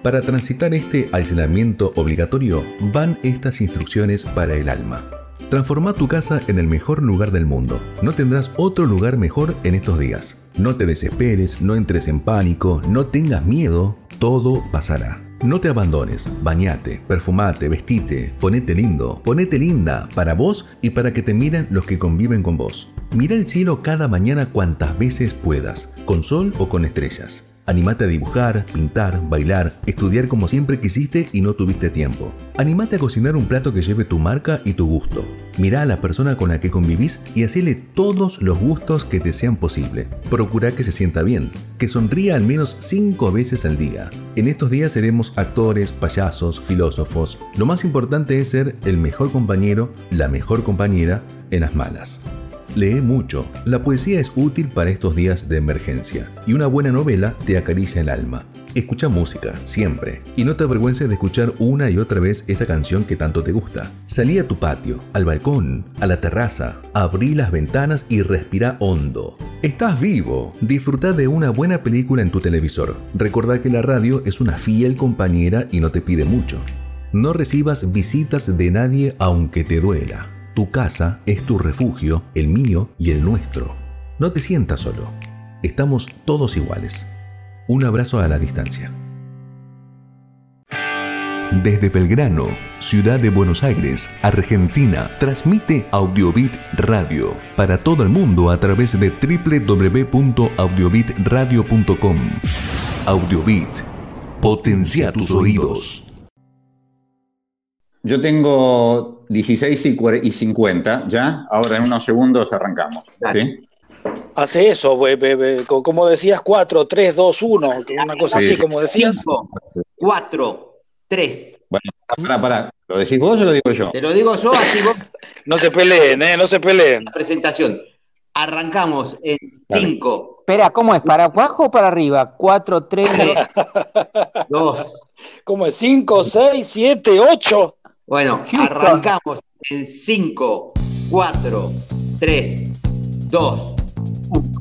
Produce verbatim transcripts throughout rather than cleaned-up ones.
Para transitar este aislamiento obligatorio van estas instrucciones para el alma. Transforma tu casa en el mejor lugar del mundo. No tendrás otro lugar mejor en estos días. No te desesperes, no entres en pánico, no tengas miedo, todo pasará. No te abandones, bañate, perfumate, vestite, ponete lindo, ponete linda para vos y para que te miren los que conviven con vos. Mira el cielo cada mañana cuantas veces puedas, con sol o con estrellas. Animate a dibujar, pintar, bailar, estudiar como siempre quisiste y no tuviste tiempo. Animate a cocinar un plato que lleve tu marca y tu gusto. Mirá a la persona con la que convivís y hacele todos los gustos que te sean posible. Procura que se sienta bien, que sonría al menos cinco veces al día. En estos días seremos actores, payasos, filósofos. Lo más importante es ser el mejor compañero, la mejor compañera en las malas. Lee mucho. La poesía es útil para estos días de emergencia y una buena novela te acaricia el alma. Escucha música, siempre, y no te avergüences de escuchar una y otra vez esa canción que tanto te gusta. Salí a tu patio, al balcón, a la terraza, abrí las ventanas y respira hondo. Estás vivo. Disfruta de una buena película en tu televisor. Recordá que la radio es una fiel compañera y no te pide mucho. No recibas visitas de nadie aunque te duela. Tu casa es tu refugio, el mío y el nuestro. No te sientas solo. Estamos todos iguales. Un abrazo a la distancia. Desde Belgrano, ciudad de Buenos Aires, Argentina, transmite Audiobit Radio para todo el mundo a través de doble u doble u doble u punto audiobit radio punto com. Audiobit. Potencia tus oídos. Yo tengo dieciséis y cincuenta, ¿ya? Ahora en unos segundos arrancamos, ¿sí? Hace eso, we, we, we, como decías, cuatro, tres, dos, uno, una cosa sí. Así, como decías. cinco, cuatro, tres. Bueno, pará, pará. ¿Lo decís vos o lo digo yo? Te lo digo yo, así vos. No se peleen, ¿eh? No se peleen. La presentación. Arrancamos en cinco. Espera, ¿cómo es? ¿Para abajo o para arriba? cuatro, tres, dos. ¿Cómo es? cinco, seis, siete, ocho. Bueno, Houston. Arrancamos en cinco, cuatro, tres, dos, uno.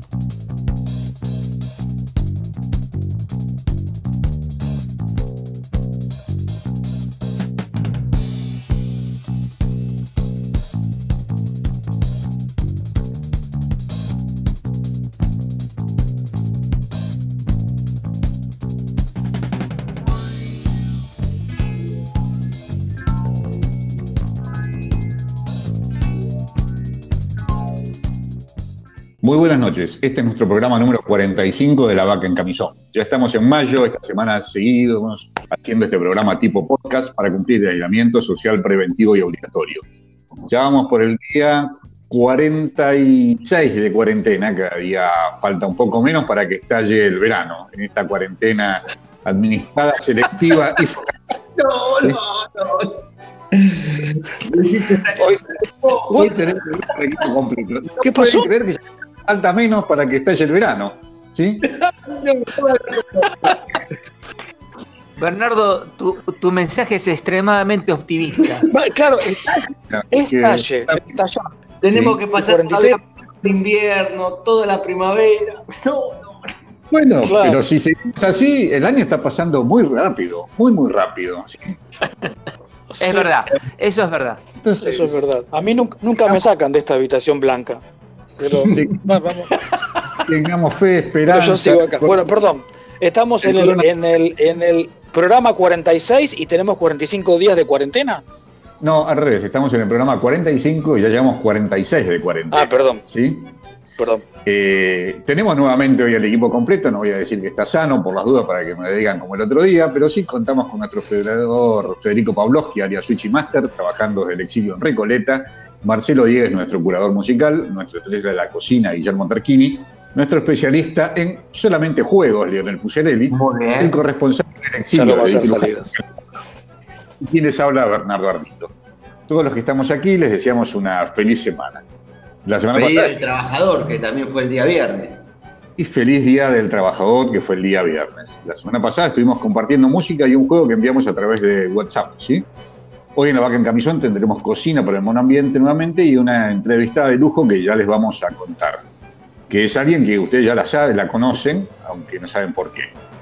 Muy buenas noches. Este es nuestro programa número cuarenta y cinco de La Vaca en Camisón. Ya estamos en mayo, esta semana seguimos haciendo este programa tipo podcast para cumplir el aislamiento social preventivo y obligatorio. Ya vamos por el día cuarenta y seis de cuarentena, cada día falta un poco menos para que estalle el verano, en esta cuarentena administrada, selectiva y focalizada. No, no, no. Hoy, hoy tenemos el equipo completo. ¿Qué pasó? ¿Pueden creer que ya falta menos para que estalle el verano? ¿Sí? Bernardo, tu, tu mensaje es extremadamente optimista. Claro, estalle, estalle. Tenemos sí, que pasar todo el invierno, toda la primavera. No, no. Bueno, claro. Pero si seguimos así, el año está pasando muy rápido, muy, muy rápido. ¿Sí? Es sí. verdad, eso es verdad. Entonces, eso es verdad. A mí nunca, nunca me sacan de esta habitación blanca. Pero vamos. Tengamos fe, esperanza. Pero yo sigo acá. Bueno, perdón. Estamos en el, en, el, en el programa cuarenta y seis y tenemos cuarenta y cinco días de cuarentena. No, al revés. Estamos en el programa cuarenta y cinco y ya llevamos cuarenta y seis de cuarentena. Ah, perdón. ¿Sí? Perdón. Eh, tenemos nuevamente hoy el equipo completo, no voy a decir que está sano por las dudas para que me digan como el otro día, pero sí contamos con nuestro federador Federico Pavlovsky, alias Switchy Master, trabajando desde el exilio en Recoleta, Marcelo Diegues, nuestro curador musical, nuestro estrella de la cocina, Guillermo Tarquini, nuestro especialista en solamente juegos, Lionel Pucciarelli, el corresponsal del exilio de Salidas. Y quien les habla, Bernardo Ardito. Todos los que estamos aquí les deseamos una feliz semana. La semana feliz pasada, Día del Trabajador, que también fue el día viernes. Y feliz Día del Trabajador, que fue el día viernes. La semana pasada estuvimos compartiendo música y un juego que enviamos a través de WhatsApp, ¿sí? Hoy en La Vaca en Camisón tendremos cocina por el mono ambiente nuevamente y una entrevistada de lujo que ya les vamos a contar. Que es alguien que ustedes ya la saben, la conocen, aunque no saben por qué.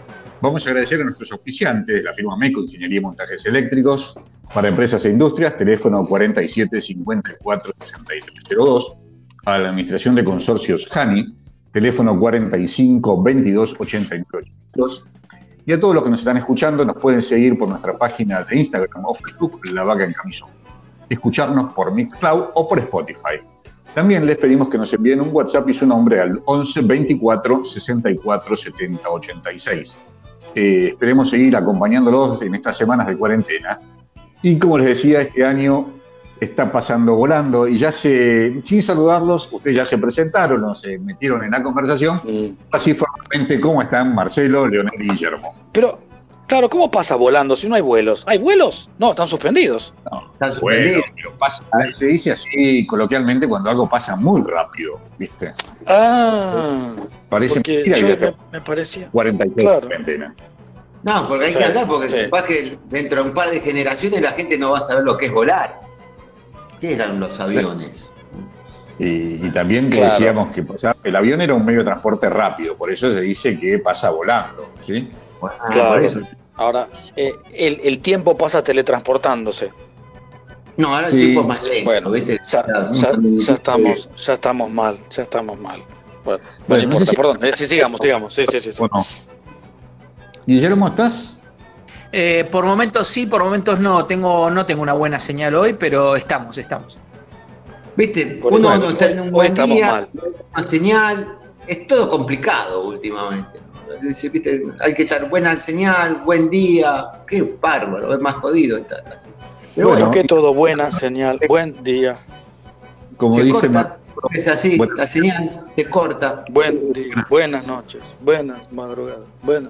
vamos a agradecer a nuestros auspiciantes, la firma MECO, Ingeniería y Montajes Eléctricos, para empresas e industrias, teléfono cuarenta y siete cincuenta y cuatro sesenta y tres cero dos, a la Administración de Consorcios Hani, teléfono cuarenta y cinco veintidós ochenta y nueve ochenta y dos, y a todos los que nos están escuchando nos pueden seguir por nuestra página de Instagram o Facebook, La Vaca en Camisón, escucharnos por Mixcloud o por Spotify. También les pedimos que nos envíen un WhatsApp y su nombre al once veinticuatro sesenta y cuatro setenta ochenta y seis. Eh, esperemos seguir acompañándolos en estas semanas de cuarentena. Y como les decía, este año está pasando volando y ya se, sin saludarlos, ustedes ya se presentaron o se metieron en la conversación. Mm. Así formalmente, ¿cómo están Marcelo, Leonel y Guillermo? Pero, claro, ¿cómo pasa volando si no hay vuelos? ¿Hay vuelos? No, están suspendidos. No, están suspendidos. Bueno, pero pasa, se dice así coloquialmente cuando algo pasa muy rápido, ¿viste? Ah, parece porque yo me, me parecía. cuarenta y tres claro. cuarentena. No, porque hay sí, que hablar, porque sí. capaz que dentro de un par de generaciones la gente no va a saber lo que es volar. ¿Qué eran los aviones? Y, y también que claro. decíamos que o sea, el avión era un medio de transporte rápido, por eso se dice que pasa volando, ¿sí? Bueno, claro. Por eso. Ahora, eh, el, el tiempo pasa teletransportándose. No, ahora sí. el tiempo es más lento, bueno, ¿viste? Ya, ya, ya, estamos, ya estamos mal, ya estamos mal. Bueno, no bueno, importa, no sé si... perdón, eh, sí, sigamos, sigamos. Sí, sí, sí. sí. Bueno. Guillermo, ¿estás? Eh, por momentos sí, por momentos no. Tengo, no tengo una buena señal hoy, pero estamos, estamos. Viste, por uno no está en un buen día, mal. Una señal, es todo complicado últimamente. Entonces, ¿viste? Hay que estar buena señal, buen día, qué bárbaro, es más jodido estar así. Pero bueno, que todo buena señal, buen día. Como se dice corta, es así, bueno. La señal se corta. Buen día, buenas noches, buenas madrugadas, buenas.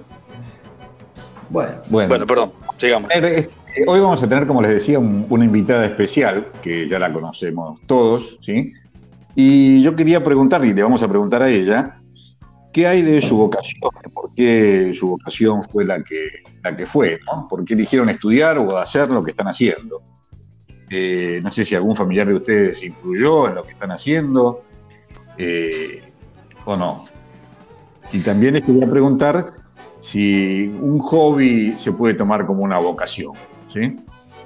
Bueno, bueno, bueno, perdón, sigamos. Hoy vamos a tener, como les decía, un, una invitada especial, que ya la conocemos todos, ¿sí? Y yo quería preguntarle, y le vamos a preguntar a ella, ¿qué hay de su vocación? ¿Por qué su vocación fue la que, la que fue, ¿no? ¿Por qué eligieron estudiar o hacer lo que están haciendo? Eh, no sé si algún familiar de ustedes influyó en lo que están haciendo, eh, o no. Y también les quería preguntar si un hobby se puede tomar como una vocación, ¿sí?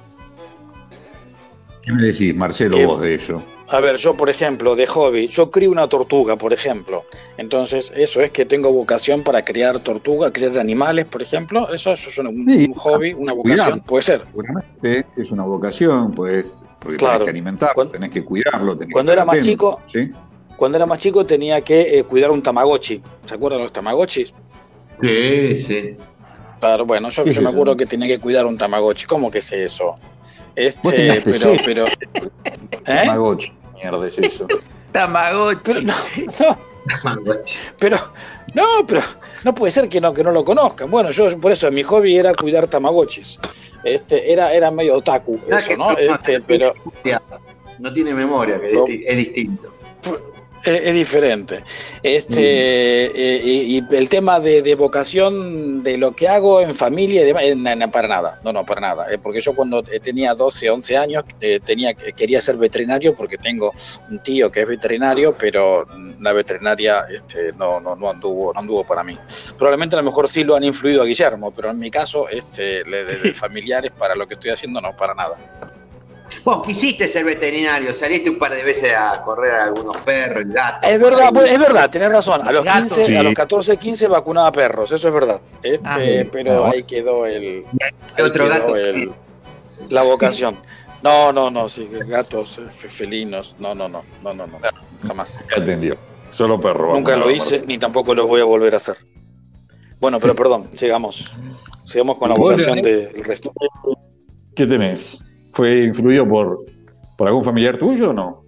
¿Qué me decís, Marcelo, ¿Qué? vos de eso? A ver, yo, por ejemplo, de hobby, yo crío una tortuga, por ejemplo. Entonces, eso es que tengo vocación para criar tortuga, criar animales, por ejemplo. Eso, eso es un, sí, un hobby, una vocación, cuidar. Puede ser. Seguramente es una vocación, pues, porque claro. tenés que alimentarlo, cuando, tenés que cuidarlo. Tenés cuando que era más atento, chico, ¿sí? Cuando era más chico tenía que eh, cuidar un tamagotchi. ¿Se acuerdan de los tamagotchis? Sí, sí. Claro, bueno, yo, yo me acuerdo que tenía que cuidar un tamagotchi. ¿Cómo que es eso? Este, pero, pero. ¿Eh? Tamagotchi, mierda es eso. Tamagotchi. Pero no, no. Pero, no, pero no puede ser que no, que no lo conozcan. Bueno, yo por eso mi hobby era cuidar tamagotchis. Este, era, era medio otaku eso, ¿no? Este, pero. No tiene memoria, que no, es distinto. Es, es diferente. Este, mm. eh, y, y el tema de, de vocación de lo que hago en familia y demás, eh, no, no, para nada, no, no, para nada. Eh, porque yo cuando tenía doce, once años eh, tenía, quería ser veterinario porque tengo un tío que es veterinario, pero la veterinaria este, no, no, no, anduvo, no anduvo para mí. Probablemente a lo mejor sí lo han influido a Guillermo, pero en mi caso, este, de, de familiares para lo que estoy haciendo, no, para nada. Vos quisiste ser veterinario, saliste un par de veces a correr a algunos perros, gatos. Es verdad, pues, es verdad, tenés razón. A los quince, sí. a los catorce, quince vacunaba perros, eso es verdad. Este, ah, pero ah, ahí quedó el, ahí otro quedó gato el la vocación. No, no, no, sí, gatos, felinos, no, no, no, no, no, no, jamás. Ya entendió. Solo perro. Nunca lo hice, ni tampoco lo voy a volver a hacer. Bueno, pero perdón, sigamos. Sigamos con la vocación del resto. ¿Qué tenés? ¿Fue influido por, por algún familiar tuyo o no?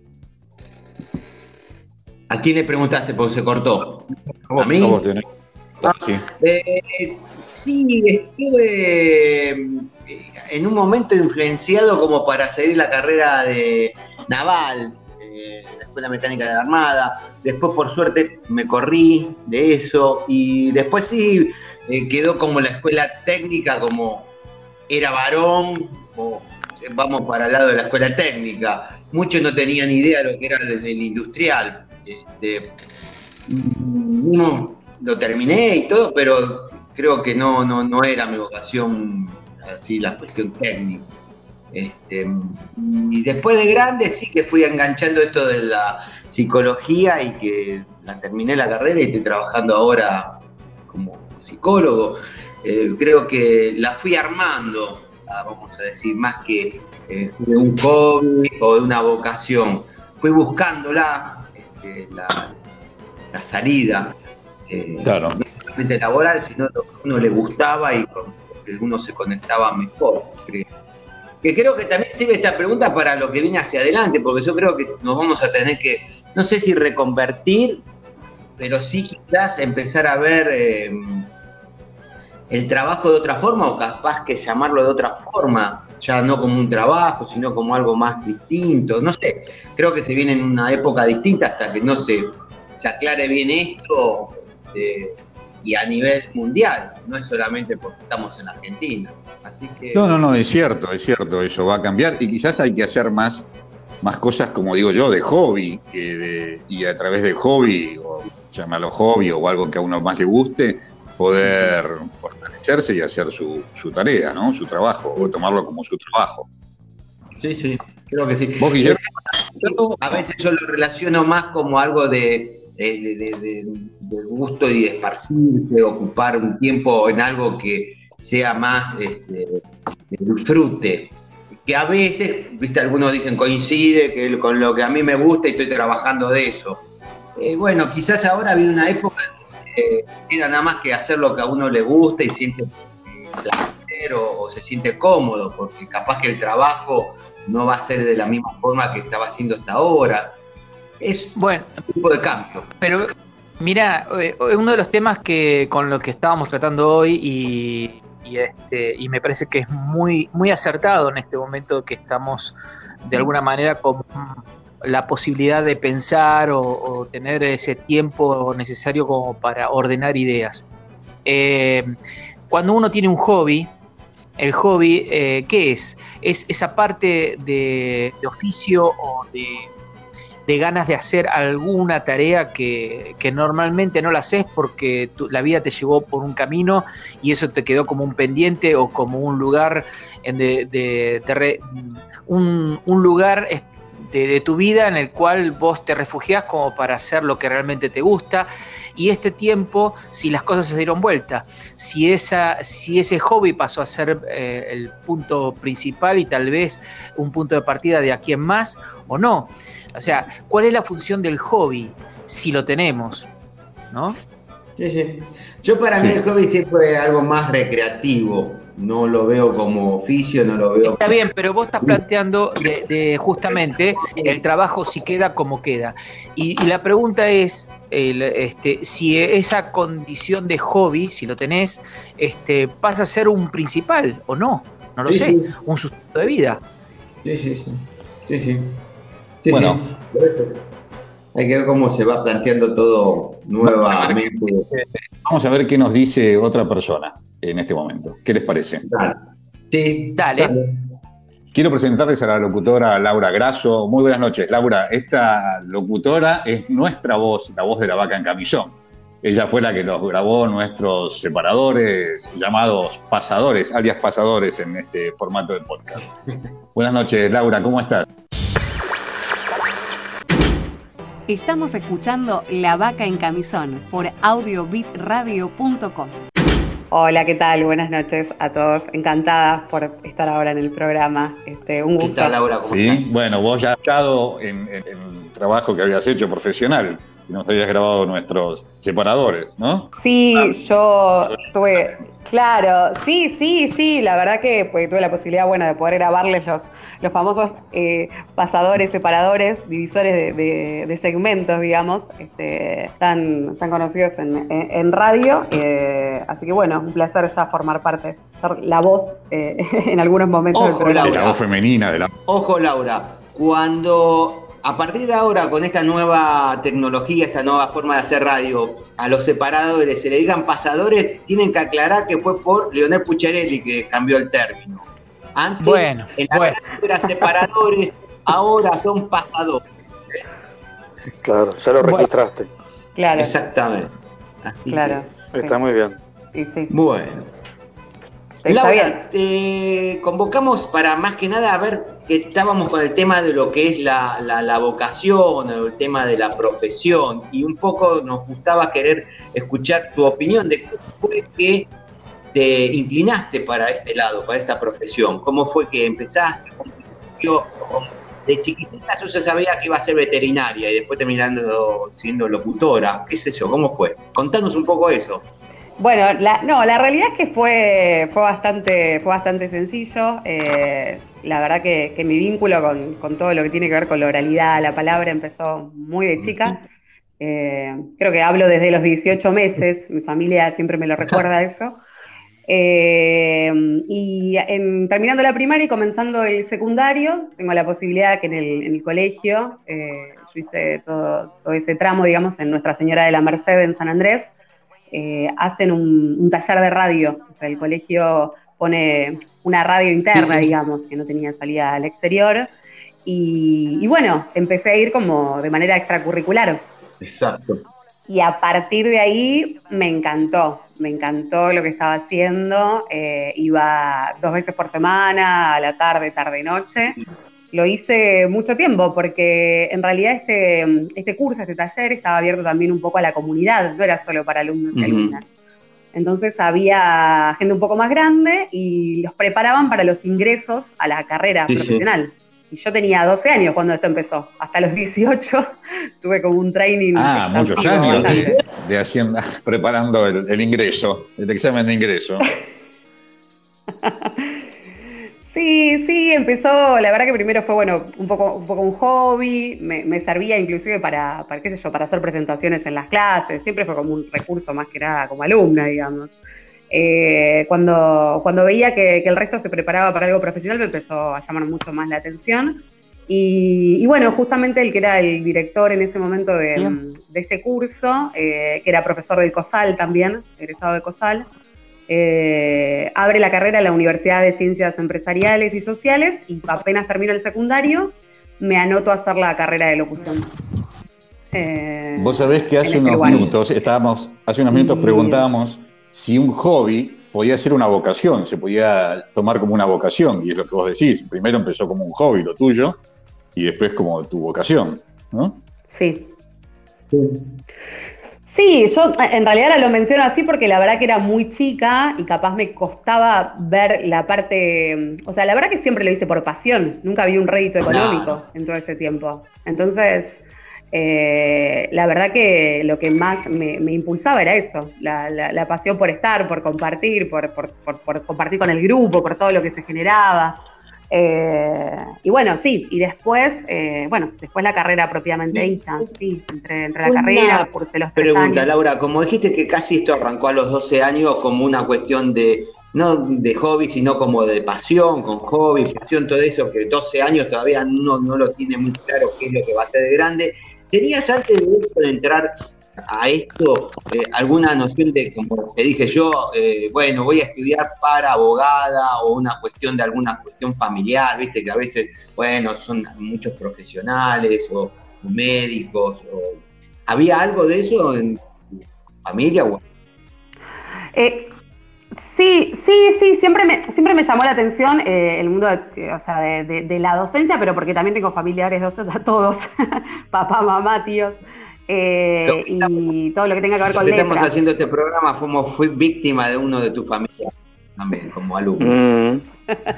¿A quién le preguntaste? Porque se cortó. ¿A, ¿A mí? Vos tenés. Ah, sí. Eh, sí, estuve en un momento influenciado como para seguir la carrera de naval, eh, la Escuela Mecánica de la Armada. Después, por suerte, me corrí de eso. Y después sí, eh, quedó como la escuela técnica, como era varón, o vamos para el lado de la escuela técnica. Muchos no tenían idea de lo que era el, el industrial. Este, no, lo terminé y todo, pero creo que no, no, no era mi vocación, así la cuestión técnica. Este, y después de grande sí que fui enganchando esto de la psicología y que la terminé la carrera y estoy trabajando ahora como psicólogo. Eh, creo que la fui armando, vamos a decir, más que eh, de un hobby o de una vocación. Fui buscándola, este, la, la salida, eh, claro. No solamente laboral, sino lo que a uno le gustaba y con lo que uno se conectaba mejor, creo. Que creo que también sirve esta pregunta para lo que viene hacia adelante, porque yo creo que nos vamos a tener que, no sé si reconvertir, pero sí quizás empezar a ver eh, el trabajo de otra forma, o capaz que llamarlo de otra forma, ya no como un trabajo, sino como algo más distinto. No sé, creo que se viene en una época distinta hasta que no se, se aclare bien esto, eh, y a nivel mundial, no es solamente porque estamos en Argentina. Así que... No, no, no, es cierto, es cierto, eso va a cambiar y quizás hay que hacer más, más cosas, como digo yo, de hobby, que de, y a través del hobby, o llamarlo hobby o algo que a uno más le guste, poder fortalecerse y hacer su, su tarea, ¿no? Su trabajo, o tomarlo como su trabajo. Sí, sí, creo que sí. ¿Vos, Guillermo? Yo, a veces yo lo relaciono más como algo de, de, de, de, de gusto y de esparcirse, ocupar un tiempo en algo que sea más este, de disfrute. Que a veces, viste, algunos dicen coincide que con lo que a mí me gusta y estoy trabajando de eso. Eh, bueno, quizás ahora viene una época que queda nada más que hacer lo que a uno le gusta y siente placer o, o se siente cómodo, porque capaz que el trabajo no va a ser de la misma forma que estaba haciendo hasta ahora. Es bueno, un tipo de cambio. Pero mira, uno de los temas que con los que estábamos tratando hoy y, y este y me parece que es muy muy acertado en este momento que estamos de alguna manera con la posibilidad de pensar o, o tener ese tiempo necesario como para ordenar ideas. Eh, cuando uno tiene un hobby, el hobby, eh, ¿qué es? Es esa parte de, de oficio o de, de ganas de hacer alguna tarea que, que normalmente no la haces porque tu, la vida te llevó por un camino y eso te quedó como un pendiente o como un lugar de, de, de re, un, un lugar de, de tu vida en el cual vos te refugiás como para hacer lo que realmente te gusta. Y este tiempo, si las cosas se dieron vuelta, si, esa, si ese hobby pasó a ser eh, el punto principal y tal vez un punto de partida de aquí en más o no. O sea, ¿cuál es la función del hobby si lo tenemos? ¿No? Sí, sí. Yo para sí. mí el hobby siempre es algo más recreativo. No lo veo como oficio, no lo veo... Está bien, pero vos estás planteando de, de justamente el trabajo si queda como queda. Y, y la pregunta es, el, este, si esa condición de hobby, si lo tenés, este, pasa a ser un principal o no. No lo sí, sé, sí. un sustento de vida. Sí, sí, sí. sí, sí. sí bueno. Sí. Hay que ver cómo se va planteando todo nuevamente. Vamos a ver qué nos dice otra persona en este momento. ¿Qué les parece? Dale. Sí, dale. dale. Quiero presentarles a la locutora Laura Grasso. Muy buenas noches, Laura. Esta locutora es nuestra voz, la voz de la vaca en camisón. Ella fue la que nos grabó nuestros separadores, llamados pasadores, alias pasadores en este formato de podcast. Buenas noches, Laura, ¿cómo estás? Estamos escuchando La Vaca en Camisón por audio bit radio punto com. Hola, ¿qué tal? Buenas noches a todos. Encantada por estar ahora en el programa. Este, un gusto. ¿Qué tal, Laura? ¿Cómo sí, estás? Bueno, vos ya has estado en, en, en el trabajo que habías hecho profesional y nos habías grabado nuestros separadores, ¿no? Sí, yo tuve... Claro, sí, sí, sí. La verdad que pues, tuve la posibilidad, bueno, de poder grabarles los... los famosos eh, pasadores, separadores, divisores de, de, de segmentos, digamos, este, tan, tan conocidos en, en, en radio. Eh, así que bueno, un placer ya formar parte, ser la voz eh, en algunos momentos Ojo, del programa. Laura, la voz femenina de la... Ojo, Laura, cuando a partir de ahora, con esta nueva tecnología, esta nueva forma de hacer radio, a los separadores se le digan pasadores, tienen que aclarar que fue por Leonel Pucciarelli que cambió el término. Antes, bueno, en la bueno. eran separadores, ahora son pasadores. Claro, ya lo registraste. Claro. Exactamente. Así Claro. Que, está sí. muy bien. Sí, sí. Bueno. Está Laura, bien. te convocamos para más que nada a ver que estábamos con el tema de lo que es la, la, la vocación, el tema de la profesión, y un poco nos gustaba querer escuchar tu opinión de cómo fue que te inclinaste para este lado, para esta profesión. ¿Cómo fue que empezaste? ¿Cómo te surgió? De chiquitita yo ya sabía que iba a ser veterinaria y después terminando siendo locutora. ¿Qué sé yo? ¿Cómo fue? Contanos un poco eso. Bueno, la, no, la realidad es que fue, fue, bastante, fue bastante sencillo. Eh, la verdad que, que mi vínculo con, con todo lo que tiene que ver con la oralidad, la palabra, empezó muy de chica. Eh, creo que hablo desde los dieciocho meses, mi familia siempre me lo recuerda eso. Eh, y en, terminando la primaria y comenzando el secundario, tengo la posibilidad que en el, en el colegio, eh, yo hice todo, todo ese tramo, digamos, en Nuestra Señora de la Merced en San Andrés. Eh, hacen un, un taller de radio, o sea, el colegio pone una radio interna, sí, sí. digamos, que no tenía salida al exterior, y, y bueno, empecé a ir como de manera extracurricular. Exacto. Y a partir de ahí me encantó, me encantó lo que estaba haciendo, eh, iba dos veces por semana, a la tarde, tarde y noche. Lo hice mucho tiempo porque en realidad este, este curso, este taller estaba abierto también un poco a la comunidad, no era solo para alumnos y alumnas. Entonces había gente un poco más grande y los preparaban para los ingresos a la carrera sí, profesional. Sí. Y yo tenía doce años cuando esto empezó. Hasta los dieciocho tuve como un training. Ah, muchos años de, de haciendo, preparando el, el ingreso, el examen de ingreso. Sí, sí, empezó, la verdad que primero fue, bueno, un poco un, poco un hobby, me, me servía inclusive para, para, qué sé yo, para hacer presentaciones en las clases, siempre fue como un recurso más que nada como alumna, digamos. Eh, cuando, cuando veía que, que el resto se preparaba para algo profesional me empezó a llamar mucho más la atención y, y bueno, justamente el que era el director en ese momento de, de este curso, eh, que era profesor del COSAL también, egresado de COSAL, Eh, abre la carrera en la Universidad de Ciencias Empresariales y Sociales y apenas termino el secundario me anoto a hacer la carrera de locución. Eh, Vos sabés que hace unos lugar. minutos estábamos, hace unos minutos preguntábamos si un hobby podía ser una vocación, se podía tomar como una vocación, y es lo que vos decís, primero empezó como un hobby lo tuyo y después como tu vocación, ¿no? Sí. Sí. Sí, yo en realidad ahora lo menciono así porque la verdad que era muy chica y capaz me costaba ver la parte, o sea, la verdad que siempre lo hice por pasión, nunca vi un rédito económico no. en todo ese tiempo. Entonces, eh, la verdad que lo que más me, me impulsaba era eso, la, la, la pasión por estar, por compartir, por, por, por, por compartir con el grupo, por todo lo que se generaba. Eh, y bueno, sí, y después, eh, bueno, después la carrera propiamente dicha, sí, entre, entre la carrera, cursé los tres pregunta, años. Laura, como dijiste que casi esto arrancó a los doce años como una cuestión de, no de hobby, sino como de pasión, con hobby, pasión, todo eso, que doce años todavía uno no lo tiene muy claro qué es lo que va a hacer de grande. ¿Tenías antes de esto, de entrar a esto, eh, alguna noción de, como te dije yo, eh, bueno, voy a estudiar para abogada o una cuestión de alguna cuestión familiar, viste que a veces, bueno, son muchos profesionales o, o médicos, o, ¿había algo de eso en tu familia? Eh, sí, sí, sí, siempre me, siempre me llamó la atención eh, el mundo de, o sea, de, de, de la docencia, pero porque también tengo familiares docentes, todos, papá, mamá, tíos. Eh, y estamos, todo lo que tenga que ver con letras. Estamos haciendo este programa, fuimos, fui víctima de uno de tus familias también, como alumno. Mm.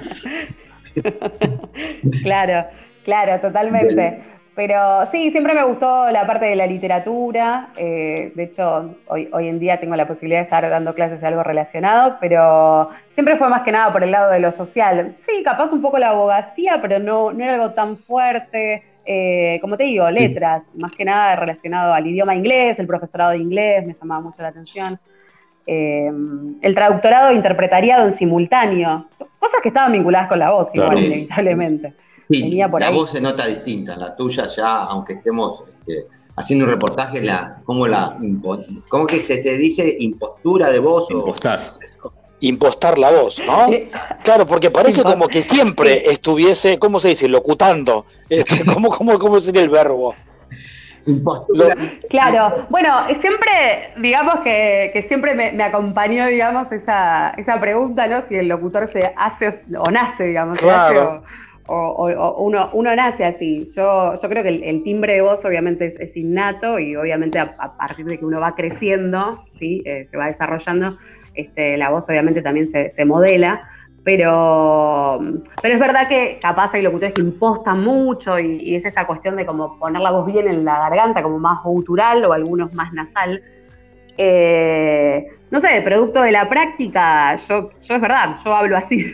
Claro, claro, totalmente. Bien. Pero sí, siempre me gustó la parte de la literatura. Eh, de hecho, hoy, hoy en día tengo la posibilidad de estar dando clases de algo relacionado, pero siempre fue más que nada por el lado de lo social. Sí, capaz un poco la abogacía, pero no, no era algo tan fuerte. Eh, como te digo, letras, sí. Más que nada relacionado al idioma inglés, el profesorado de inglés me llamaba mucho la atención, eh, el traductorado e interpretariado en simultáneo, cosas que estaban vinculadas con la voz, claro. Igual, inevitablemente. Sí, Venía por la ahí. Voz se nota distinta, la tuya ya, aunque estemos este, haciendo un reportaje, la, ¿cómo, la, ¿cómo que se, se dice? ¿Impostura de voz? Impostás. O, impostar la voz, ¿no? Claro, porque parece como que siempre estuviese, ¿cómo se dice? Locutando. Este, ¿cómo, cómo, ¿Cómo sería el verbo? Impostura. Claro, bueno, siempre, digamos que, que siempre me, me acompañó, digamos, esa, esa pregunta, ¿no? Si el locutor se hace o nace, digamos, Claro. se hace o, o, o uno, uno nace así. Yo, yo creo que el, el timbre de voz obviamente es, es innato y obviamente a, a partir de que uno va creciendo, ¿sí? Eh, se va desarrollando, este, la voz obviamente también se, se modela. Pero, pero es verdad que capaz hay locutores que impostan mucho y, y es esta cuestión de como poner la voz bien en la garganta, como más gutural o algunos más nasal. Eh, no sé, producto de la práctica, yo, yo es verdad, yo hablo así.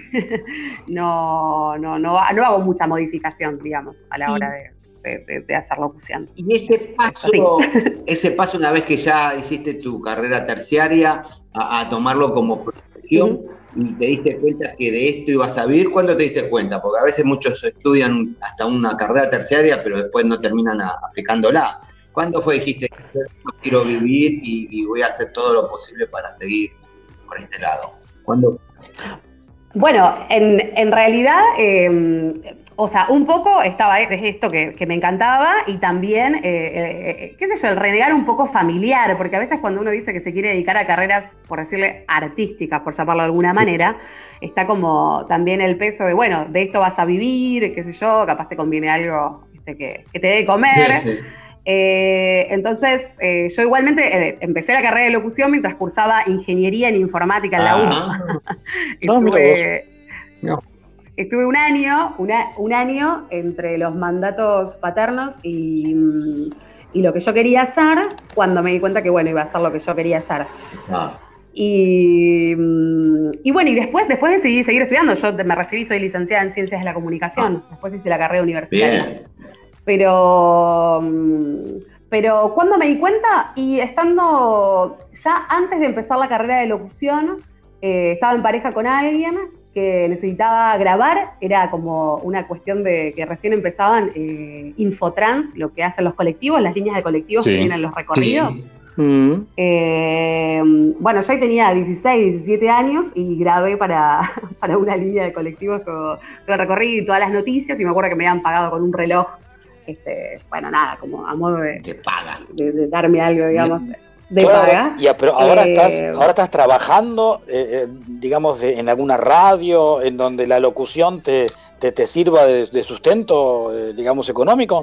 no, no, no, no hago mucha modificación, digamos, a la hora de, de, de, de hacer locución. Y ese paso, Sí. ese paso una vez que ya hiciste tu carrera terciaria, a, a tomarlo como profesión, Uh-huh. y te diste cuenta que de esto ibas a vivir, ¿cuándo te diste cuenta? Porque a veces muchos estudian hasta una carrera terciaria, pero después no terminan a, aplicándola. ¿Cuándo fue dijiste, yo quiero vivir y, y voy a hacer todo lo posible para seguir por este lado? ¿Cuándo? Bueno, en, en realidad, eh, o sea, un poco estaba esto que, que me encantaba y también, eh, eh, qué sé yo, el renegar un poco familiar, porque a veces cuando uno dice que se quiere dedicar a carreras, por decirle, artísticas, por llamarlo de alguna manera, está como también el peso de, bueno, de esto vas a vivir, qué sé yo, capaz te conviene algo este, que, que te dé de comer. Sí, sí. Eh, entonces, eh, yo igualmente eh, empecé la carrera de locución mientras cursaba ingeniería en informática en la U. Ah. No, mira estuve, No. estuve un año, una, un año entre los mandatos paternos y, y lo que yo quería hacer, cuando me di cuenta que bueno, iba a hacer lo que yo quería hacer. Ah. Y, y bueno, y después, después decidí seguir estudiando. Yo me recibí, soy licenciada en Ciencias de la Comunicación. Después hice la carrera universitaria. Bien. Pero, pero cuando me di cuenta, y estando ya antes de empezar la carrera de locución, eh, estaba en pareja con alguien que necesitaba grabar, era como una cuestión de que recién empezaban eh, Infotrans, lo que hacen los colectivos, las líneas de colectivos Sí. que tienen los recorridos. Sí. Mm. Eh, bueno, yo ahí tenía dieciséis, diecisiete años y grabé para, para una línea de colectivos todo, todo el recorrido y todas las noticias, y me acuerdo que me habían pagado con un reloj. Este, bueno, nada, como a modo de, Te pagan. de, de darme algo, digamos, de Claro, paga. y a- pero ahora, Eh, estás, ahora estás trabajando, eh, eh, digamos, de- en alguna radio en donde la locución te, te, te sirva de, de sustento, eh, digamos, económico.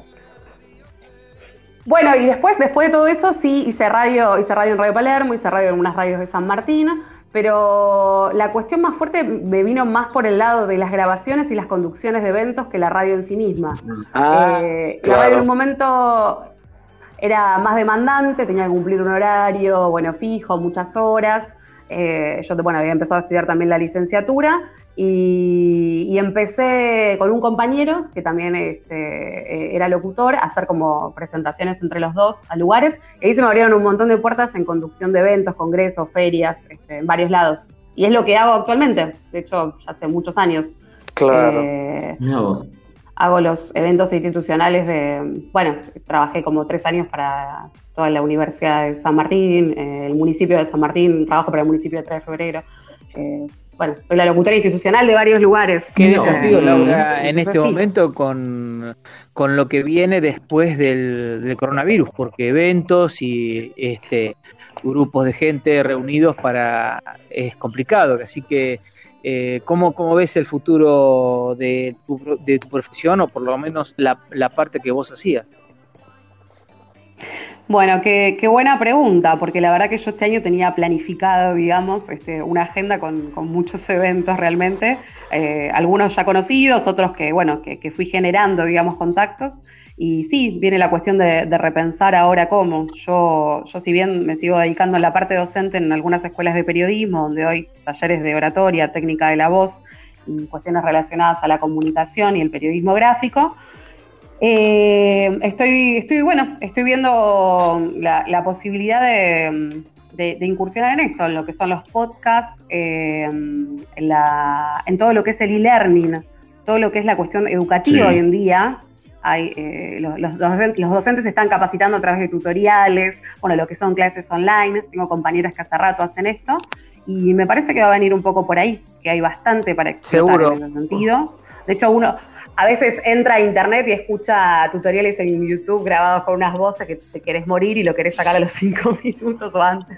Bueno, y después, después de todo eso, sí, hice radio, hice radio en Radio Palermo, hice radio en unas radios de San Martín, pero la cuestión más fuerte me vino más por el lado de las grabaciones y las conducciones de eventos que la radio en sí misma. Ah, Eh, La claro. radio en un momento era más demandante, tenía que cumplir un horario, bueno, fijo, muchas horas. Eh, yo, bueno, había empezado a estudiar también la licenciatura y, y empecé con un compañero que también este, eh, era locutor a hacer como presentaciones entre los dos a lugares. Y ahí se me abrieron un montón de puertas en conducción de eventos, congresos, ferias, este, en varios lados. Y es lo que hago actualmente, de hecho, ya hace muchos años. Claro. Eh, Mirá vos. Hago los eventos institucionales de, bueno, trabajé como tres años para toda la Universidad de San Martín, eh, el municipio de San Martín, trabajo para el municipio de tres de febrero. Eh, bueno, soy la locutora institucional de varios lugares. Qué Eh, desafío, Laura, en entonces este sí. momento con, con lo que viene después del, del coronavirus, porque eventos y este grupos de gente reunidos para es complicado, así que eh, ¿cómo, ¿cómo ves el futuro de tu, de tu profesión o por lo menos la, la parte que vos hacías? Bueno, qué, qué buena pregunta, porque la verdad que yo este año tenía planificado, digamos, este, una agenda con, con muchos eventos realmente, eh, algunos ya conocidos, otros que, bueno, que, que fui generando, digamos, contactos. Y sí, viene la cuestión de, de repensar ahora cómo. Yo, yo si bien me sigo dedicando en la parte docente en algunas escuelas de periodismo, donde doy talleres de oratoria, técnica de la voz, y cuestiones relacionadas a la comunicación y el periodismo gráfico, eh, estoy, estoy, bueno, estoy viendo la, la posibilidad de, de, de incursionar en esto, en lo que son los podcasts, eh, en, la, en todo lo que es el e-learning, todo lo que es la cuestión educativa Sí. hoy en día. Hay, eh, los, los, docentes, los docentes se están capacitando a través de tutoriales, bueno, lo que son clases online. Tengo compañeras que hace rato hacen esto y me parece que va a venir un poco por ahí, que hay bastante para explotar Seguro. en ese sentido. De hecho, uno, a veces entra a internet y escucha tutoriales en YouTube grabados con unas voces que te querés morir y lo querés sacar a los cinco minutos o antes.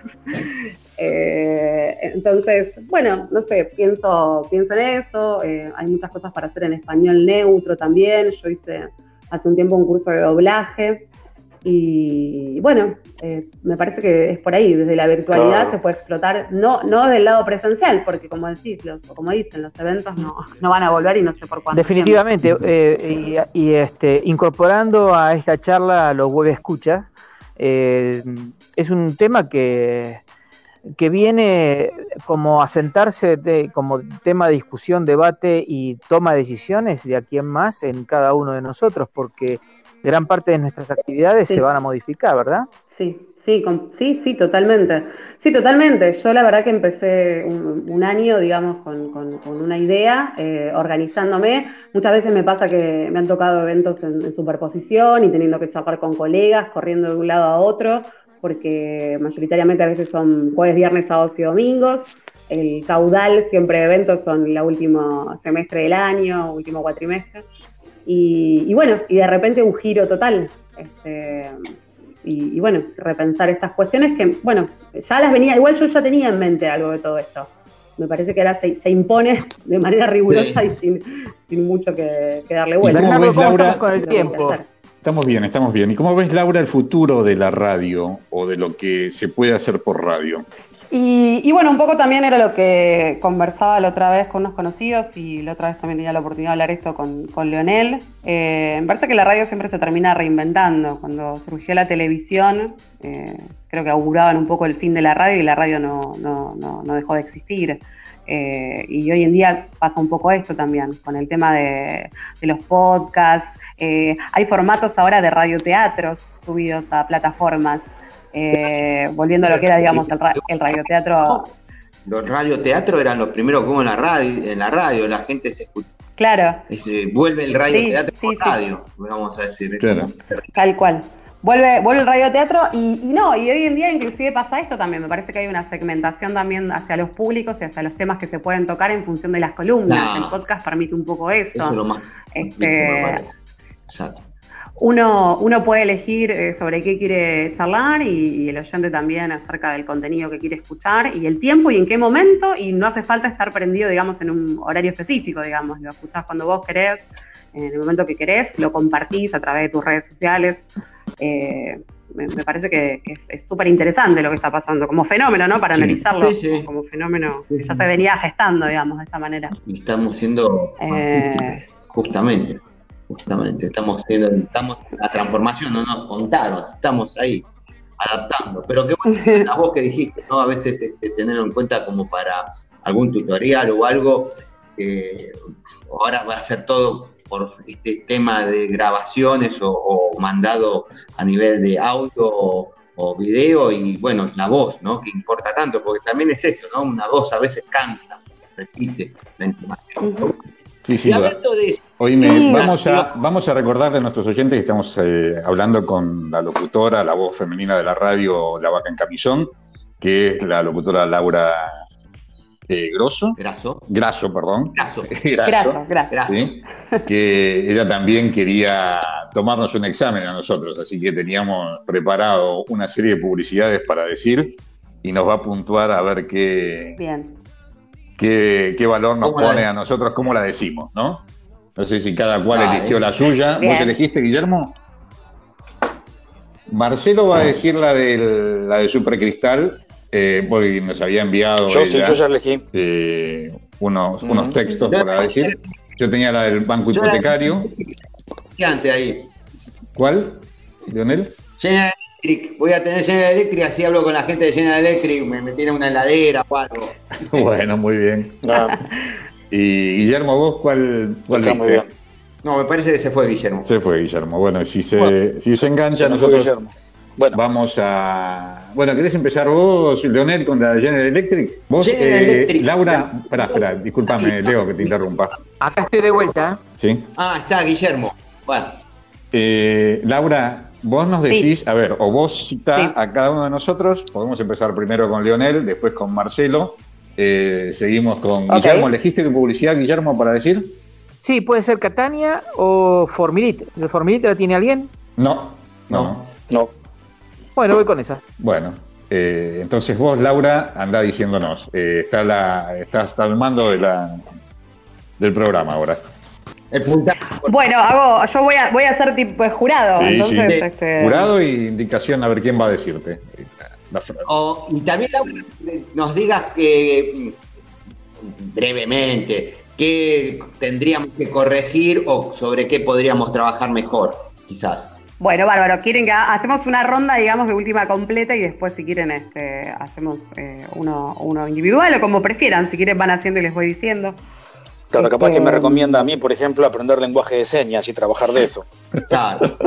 Eh, entonces, bueno, no sé, pienso, pienso en eso. Eh, hay muchas cosas para hacer en español neutro también. Yo hice hace un tiempo un curso de doblaje. Y bueno, eh, me parece que es por ahí, desde la virtualidad claro. se puede explotar, no, no del lado presencial, porque como decís, los, como dicen, los eventos no, no van a volver y no sé por cuánto. Definitivamente, eh, y, y este, incorporando a esta charla a los web escuchas, eh, es un tema que, que viene como a sentarse de, como tema de discusión, debate y toma de decisiones de aquí en más en cada uno de nosotros, porque gran parte de nuestras actividades sí. se van a modificar, ¿verdad? Sí, sí, con, sí, sí, totalmente. Sí, totalmente. Yo la verdad que empecé un, un año, digamos, con, con, con una idea, eh, organizándome. Muchas veces me pasa que me han tocado eventos en, en superposición y teniendo que charlar con colegas, corriendo de un lado a otro, porque mayoritariamente a veces son jueves, viernes, sábados y domingos. El caudal siempre de eventos son el último semestre del año, último cuatrimestre. Y, y bueno, y de repente un giro total. Este, y, y bueno, repensar estas cuestiones que, bueno, ya las venía, igual yo ya tenía en mente algo de todo esto. Me parece que ahora se, se impone de manera rigurosa sí. y sin, sin mucho que, que darle vuelta. ¿Y cómo ves, Laura, con el tiempo? Estamos bien, estamos bien. ¿Y cómo ves, Laura, el futuro de la radio o de lo que se puede hacer por radio? Y, y bueno, un poco también era lo que conversaba la otra vez con unos conocidos y la otra vez también tenía la oportunidad de hablar esto con, con Leonel. Eh, me parece que la radio siempre se termina reinventando. Cuando surgió la televisión, eh, creo que auguraban un poco el fin de la radio y la radio no, no, no, no dejó de existir. Eh, y hoy en día pasa un poco esto también, con el tema de, de los podcasts. Eh, hay formatos ahora de radioteatros subidos a plataformas. Eh, volviendo a lo que era, digamos, el, ra- el radioteatro. Los radioteatros eran los primeros que hubo en la radio, en la radio, la gente se escucha. Claro. Se vuelve el radioteatro sí, sí, por radio, sí. vamos a decir. Claro. Tal cual. Vuelve, vuelve el radioteatro y, y no, y hoy en día inclusive pasa esto también, me parece que hay una segmentación también hacia los públicos y hacia los temas que se pueden tocar en función de las columnas. No. El podcast permite un poco eso. Eso es lo más este, Exacto. Uno, uno puede elegir eh, sobre qué quiere charlar y, y el oyente también acerca del contenido que quiere escuchar y el tiempo y en qué momento, y no hace falta estar prendido, digamos, en un horario específico, digamos, lo escuchás cuando vos querés, en el momento que querés, lo compartís a través de tus redes sociales. Eh, me, me parece que, que es súper interesante lo que está pasando, como fenómeno, ¿no? Para sí. analizarlo, sí, sí. como fenómeno que ya se venía gestando, digamos, de esta manera. Y estamos siendo eh... justamente. Justamente, estamos haciendo estamos la transformación, no nos contaron, estamos ahí, adaptando. Pero qué bueno, la voz que dijiste, ¿no? A veces este, tenerlo en cuenta como para algún tutorial o algo, eh, ahora va a ser todo por este tema de grabaciones o, o mandado a nivel de audio o, o video, y bueno, la voz, ¿no? Que importa tanto, porque también es eso, ¿no? Una voz a veces cansa, repite la información. Uh-huh. Sí, sí. Oíme, sí, vamos, a, vamos a recordarle a nuestros oyentes que estamos eh, hablando con la locutora, la voz femenina de la radio La Vaca en Camisón, que es la locutora Laura eh, Grosso. Grasso. Grasso, perdón. Grasso. Grasso, Grasso, Grasso. ¿Sí? Que ella también quería tomarnos un examen a nosotros, así que teníamos preparado una serie de publicidades para decir y nos va a puntuar a ver qué... Bien. Qué, qué valor nos pone a nosotros, cómo la decimos, ¿no? No sé si cada cual ah, eligió eh. la suya. Bien. ¿Vos elegiste, Guillermo? Marcelo va a decir la de la de Supercristal, eh, porque nos había enviado yo, ella, sí, yo ya elegí. Eh, unos, uh-huh. unos textos para decir. Yo tenía la del banco hipotecario. ¿Qué antes ahí? ¿Cuál, Leonel? General Electric. Voy a tener General Electric, así hablo con la gente de General Electric, me, me tiene una heladera o algo. Bueno, muy bien. Ah. Y Guillermo, ¿vos cuál, cuál Está muy bien. No, me parece que se fue Guillermo. Se fue Guillermo. Bueno, si se, bueno, si se engancha, nosotros bueno. vamos a... Bueno, ¿querés empezar vos, Leonel, con la de General Electric? Vos, General eh, Electric. Laura... Espera, espera, discúlpame, Leo, que te interrumpa. Acá estoy de vuelta. ¿Sí? Ah, está Guillermo. Bueno. Eh, Laura... Vos nos decís, sí. a ver, o vos citá sí. a cada uno de nosotros, podemos empezar primero con Leonel, después con Marcelo, eh, seguimos con okay. Guillermo. ¿Elegiste qué publicidad, Guillermo, para decir? Sí, puede ser Catania o Formilite. ¿De Formilite la tiene alguien? No, no. No. Bueno, voy con esa. Bueno, eh, entonces vos, Laura, andá diciéndonos. Eh, está la, estás al mando de la, del programa ahora. El puntaje. Bueno, hago, yo voy a, voy a ser tipo jurado. Sí, entonces, sí. Este... Jurado y indicación a ver quién va a decirte la, la frase. O, y también Laura, nos digas que brevemente qué tendríamos que corregir o sobre qué podríamos trabajar mejor, quizás. Bueno, bárbaro. Quieren que ha- hacemos una ronda, digamos, de última completa y después, si quieren, este, hacemos eh, uno, uno individual o como prefieran. Si quieren, van haciendo y les voy diciendo. Claro, capaz Este, que me recomienda a mí, por ejemplo, aprender lenguaje de señas y trabajar de eso. Claro.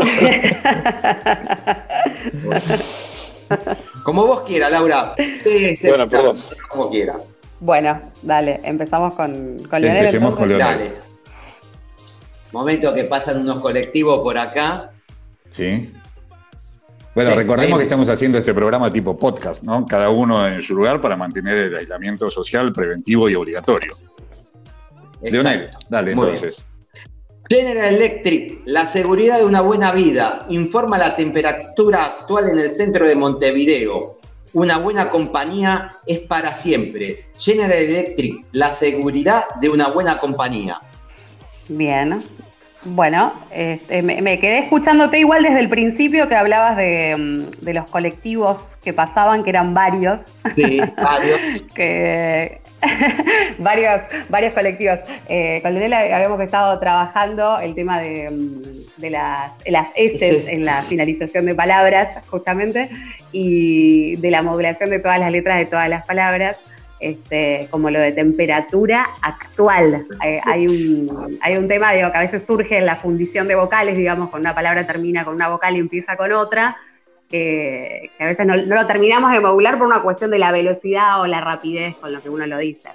Como vos quieras, Laura. Sí, sí, Bueno, perdón. Como quiera. Bueno, dale, empezamos con, con Leonel. Empecemos con entonces. Leonel. Dale. Momento que pasan unos colectivos por acá. Sí. Bueno, Sí, recordemos ahí que me- estamos haciendo este programa tipo podcast, ¿no? Cada uno en su lugar para mantener el aislamiento social preventivo y obligatorio. Leonel, Exacto. dale, Muy entonces. General Electric, la seguridad de una buena vida. Informa la temperatura actual en el centro de Montevideo. Una buena compañía es para siempre. General Electric, la seguridad de una buena compañía. Bien. Bueno, este, me, me quedé escuchándote igual desde el principio que hablabas de, mm, de los colectivos que pasaban, que eran varios. Sí, varios. que varios, varios colectivos. Eh, con Leonel habíamos estado trabajando el tema de, mm, de las, las eses en la finalización de palabras, justamente, y de la modulación de todas las letras de todas las palabras. Este, como lo de temperatura actual. Eh, hay, un, hay un tema, digo, que a veces surge en la fundición de vocales, digamos, con una palabra termina con una vocal y empieza con otra, que, que a veces no, no lo terminamos de modular por una cuestión de la velocidad o la rapidez con lo que uno lo dice.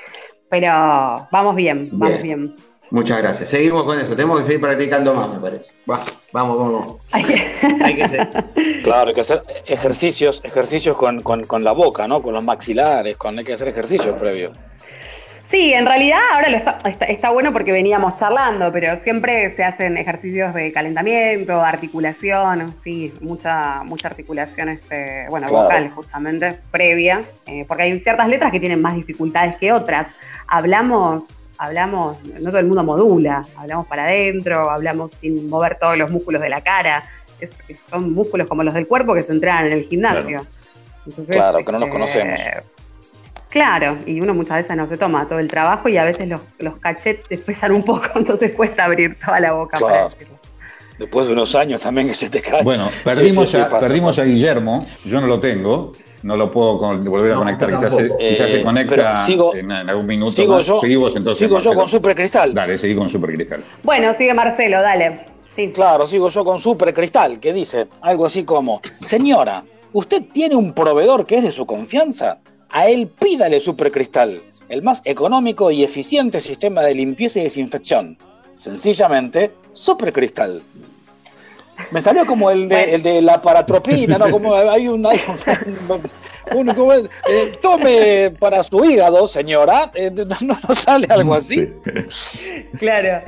Pero vamos bien, vamos bien. Bien. Muchas gracias. Seguimos con eso. Tenemos que seguir practicando más, me parece. Va, vamos, vamos. Hay que- Hay que ser. Claro, hay que hacer ejercicios, ejercicios con, con, con la boca, ¿no? Con los maxilares, con, hay que hacer ejercicios previos. Sí, en realidad ahora lo está, está, está bueno porque veníamos charlando, pero siempre se hacen ejercicios de calentamiento, articulación, sí, mucha, mucha articulación, este, bueno, Claro. vocal justamente, previa, eh, porque hay ciertas letras que tienen más dificultades que otras. Hablamos, hablamos, no todo el mundo modula, hablamos para adentro, hablamos sin mover todos los músculos de la cara, es, es- son músculos como los del cuerpo que se entrenan en el gimnasio. Entonces, Claro, que no los este, conocemos. Claro, y uno muchas veces no se toma todo el trabajo y a veces los, los cachetes pesan un poco, entonces cuesta abrir toda la boca para Claro. decirlo. Después de unos años también que se te cae. Bueno, perdimos, Sí, sí, sí, a, pasa, perdimos pasa. a Guillermo, yo no lo tengo, no lo puedo con- volver a No, conectar, yo quizás, se, tampoco. quizás Eh, se conecta pero sigo- en, en algún minuto sigo más. yo, Seguimos entonces. sigo yo Marcelo. con Supercristal. Dale, seguí con Supercristal. Bueno, sigue Marcelo, dale. Sí. Claro, sigo yo con Supercristal, que dice algo así como: señora, ¿usted tiene un proveedor que es de su confianza? A él pídale Supercristal, el más económico y eficiente sistema de limpieza y desinfección. Sencillamente, Supercristal. Me salió como el de, el de la paratropina, ¿no? Como hay un... Hay un, un- como el, eh, tome para su hígado, señora. Eh, no, no no sale algo así. Claro,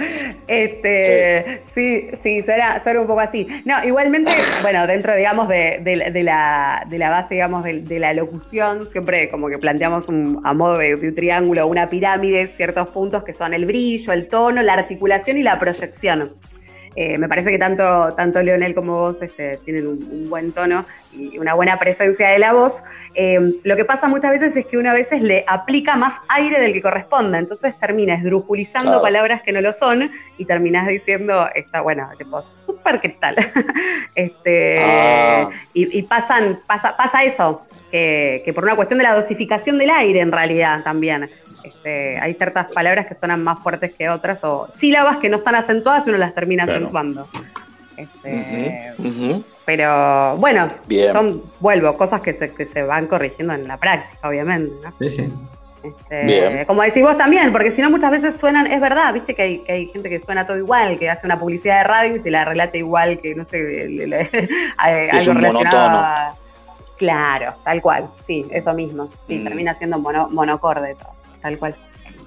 este, sí, sí, suena, suena un poco así. No, igualmente, bueno, dentro, digamos, de, de- de la, de la base, digamos, de, de la locución, siempre como que planteamos un, a modo de, de un triángulo, una pirámide, ciertos puntos que son el brillo, el tono, la articulación y la proyección. Eh, me parece que tanto, tanto Leonel como vos este, tienen un, un buen tono y una buena presencia de la voz. Eh, lo que pasa muchas veces es que uno a veces le aplica más aire del que corresponde, entonces termina esdrujulizando Claro. palabras que no lo son y terminás diciendo, esta, bueno, tipo, súper cristal. este, Ah. y, y pasan, pasa, pasa eso, que, que por una cuestión de la dosificación del aire en realidad también. Este, hay ciertas palabras que suenan más fuertes que otras, o sílabas que no están acentuadas y uno las termina Claro. acentuando. Este, Ujú, ujú. Pero bueno, Bien. son, vuelvo, cosas que se, que se van corrigiendo en la práctica, obviamente, ¿no? Sí, sí. Este, Bien. como decís vos también, porque si no muchas veces suenan, es verdad, viste que hay, que hay gente que suena todo igual, que hace una publicidad de radio y te la relata igual, que no sé, le- le- algo un relacionado monotono. a- Claro, tal cual, sí, eso mismo. Sí, Mm. termina siendo mono, monocorde todo, tal cual.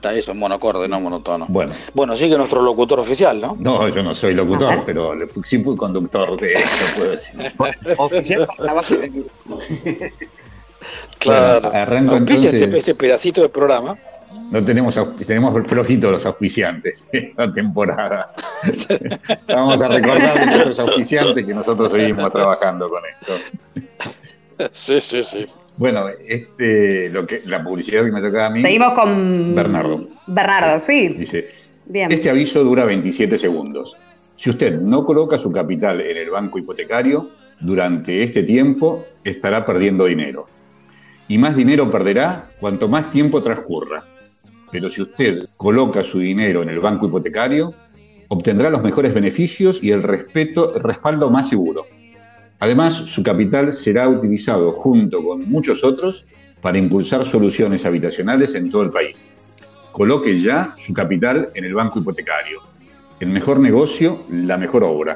Está eso, monocorde, no monotono. Bueno. Bueno, sigue nuestro locutor oficial, ¿no? No, yo no soy locutor, pero sí fui conductor de esto, puedo decir. Oficial para la base del grupo. Claro. Bueno, arranco Auspicia entonces. este, este pedacito de programa. No tenemos, tenemos flojitos los auspiciantes esta temporada. Vamos a recordar de nuestros auspiciantes que nosotros seguimos trabajando con esto. Sí, sí, sí. Bueno, este, lo que, la publicidad que me tocaba a mí. Seguimos con Bernardo. Bernardo, sí. Dice, bien. Este aviso dura veintisiete segundos. Si usted no coloca su capital en el banco hipotecario, durante este tiempo estará perdiendo dinero. Y más dinero perderá cuanto más tiempo transcurra. Pero si usted coloca su dinero en el banco hipotecario, obtendrá los mejores beneficios y el respeto, el respaldo más seguro. Además, su capital será utilizado junto con muchos otros para impulsar soluciones habitacionales en todo el país. Coloque ya su capital en el banco hipotecario. El mejor negocio, la mejor obra.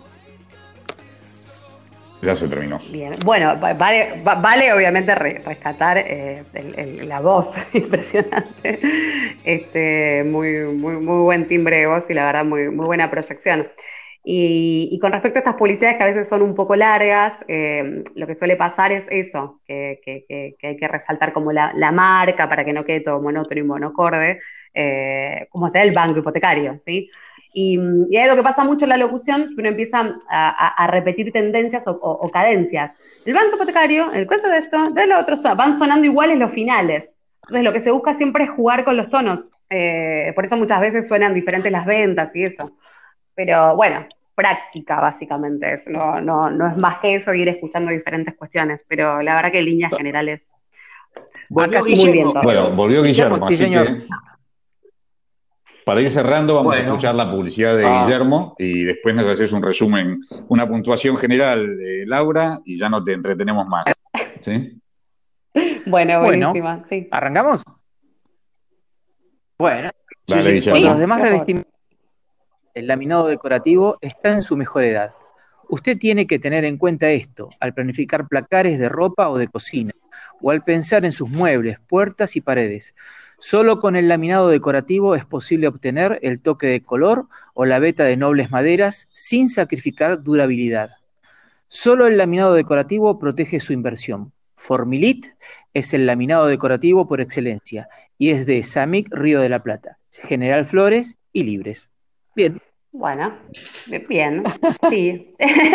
Ya se terminó. Bien. Bueno, vale, vale obviamente re, rescatar eh, el, el, la voz impresionante. Este, muy, muy, muy buen timbre de voz y la verdad muy, muy buena proyección. Y, y con respecto a estas publicidades que a veces son un poco largas, eh, lo que suele pasar es eso, que, que, que, que hay que resaltar como la, la marca para que no quede todo monótono y monocorde, eh, como sea el banco hipotecario, ¿sí? Y, y hay algo que pasa mucho en la locución, que uno empieza a, a, a repetir tendencias o, o, o cadencias. El banco hipotecario, el caso de esto, de lo otro, van sonando iguales los finales. Entonces lo que se busca siempre es jugar con los tonos. Eh, por eso muchas veces suenan diferentes las ventas y eso. Pero bueno, práctica básicamente es, no, no, no es más que eso, ir escuchando diferentes cuestiones, pero la verdad que en líneas generales volvió muy bien Guillermo. todo. Bueno, volvió Guillermo, Sí, así señor. que para ir cerrando vamos Bueno. a escuchar la publicidad de Ah. Guillermo y después nos haces un resumen, una puntuación general de Laura y ya no te entretenemos más. ¿Sí? Bueno, Bueno. buenísima, sí. ¿Arrancamos? Bueno, Dale, sí, sí. Guillermo. Con Sí. los demás mejor. revestimientos, el laminado decorativo está en su mejor edad. Usted tiene que tener en cuenta esto al planificar placares de ropa o de cocina, o al pensar en sus muebles, puertas y paredes. Solo con el laminado decorativo es posible obtener el toque de color o la veta de nobles maderas sin sacrificar durabilidad. Solo el laminado decorativo protege su inversión. Formilit es el laminado decorativo por excelencia y es de Samic Río de la Plata, General Flores y Libres. Bien. Bueno, bien, sí.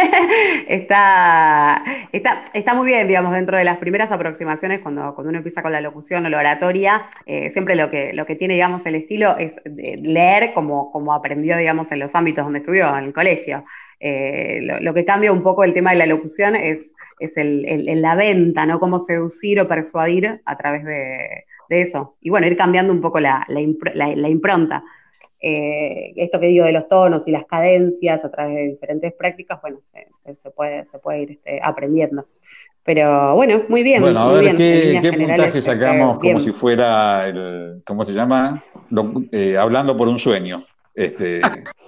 está, está, está muy bien, digamos, dentro de las primeras aproximaciones, cuando, cuando uno empieza con la locución o la oratoria, eh, siempre lo que, lo que tiene, digamos, el estilo es de leer como, como aprendió, digamos, en los ámbitos donde estudió, en el colegio. Eh, lo, lo que cambia un poco el tema de la locución es, es el, el, el la venta, ¿no? Cómo seducir o persuadir a través de, de eso. Y bueno, ir cambiando un poco la, la, impr la, la impronta. Eh, esto que digo de los tonos y las cadencias a través de diferentes prácticas, bueno, se, se puede, se puede ir este, aprendiendo. Pero bueno, muy bien. Bueno, a muy ver, bien. En ¿qué, líneas qué generales, puntaje sacamos este, bien. como si fuera, el, ¿cómo se llama? Lo- eh, hablando por un sueño. Este,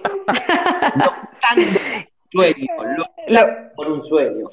Locutando sueño, Lo- locutando por un sueño.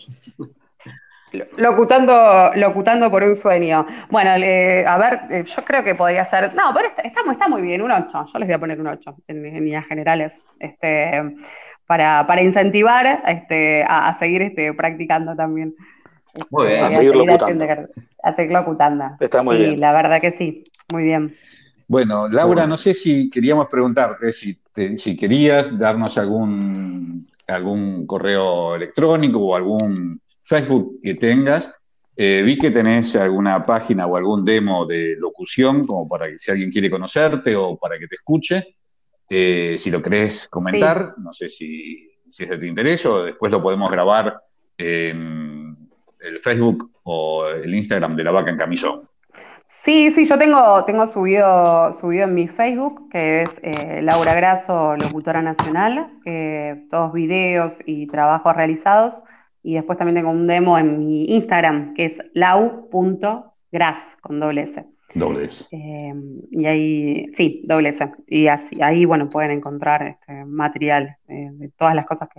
Locutando, locutando por un sueño. Bueno, eh, a ver, eh, yo creo que podría ser. No, pero está, está, muy- está muy bien, un ocho. Yo les voy a poner un ocho en, en líneas generales. Este, para, para incentivar este, a, a seguir este, practicando también. Muy bien. Este, A seguir locutando. haciendo- A seguir locutando. Está muy Sí, bien. la verdad que sí. Muy bien. bueno, Laura, no sé si queríamos preguntarte si, te- si querías darnos algún, algún correo electrónico o algún Facebook que tengas. Eh, vi que tenés alguna página o algún demo de locución, como para que si alguien quiere conocerte o para que te escuche. Eh, si lo querés comentar, no sé si, si es de tu interés o después lo podemos grabar en el Facebook o el Instagram de La Vaca en Camisón. Sí, sí, yo tengo, tengo subido, subido en mi Facebook, que es eh, Laura Grasso, locutora nacional, eh, todos videos y trabajos realizados. Y después también tengo un demo en mi Instagram, que es lau punto gras, con doble S. Doble S. Eh, y ahí, sí, doble S. Y así, ahí, bueno, pueden encontrar este material eh, de todas las cosas que,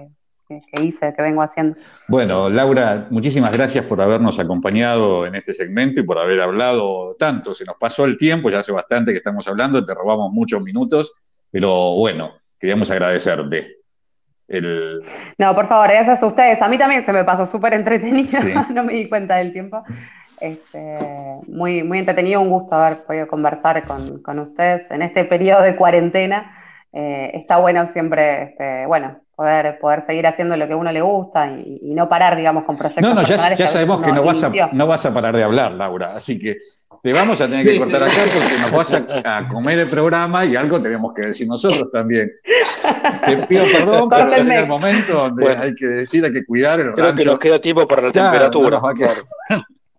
que, que hice, que vengo haciendo. Bueno, Laura, muchísimas gracias por habernos acompañado en este segmento y por haber hablado tanto. Se nos pasó el tiempo, ya hace bastante que estamos hablando, te robamos muchos minutos, pero bueno, queríamos agradecerte. El... No, por favor, gracias a ustedes. A mí también se me pasó súper entretenido, Sí. no me di cuenta del tiempo. Este, muy, muy entretenido, un gusto haber podido conversar con, con ustedes en este periodo de cuarentena. Eh, está bueno siempre, este, bueno, poder, poder seguir haciendo lo que a uno le gusta y, y no parar, digamos, con proyectos No, no, ya, personales ya que a veces sabemos que uno no vas, a, inició. no vas a parar de hablar, Laura, así que te vamos a tener que Sí, cortar sí. acá porque nos vas a, a comer el programa y algo tenemos que decir nosotros también. Te pido perdón, pero Córtenme. llega el momento donde Bueno. hay que decir, hay que cuidar el Creo que rancho. nos queda tiempo para la Claro, temperatura. no nos va a quedar.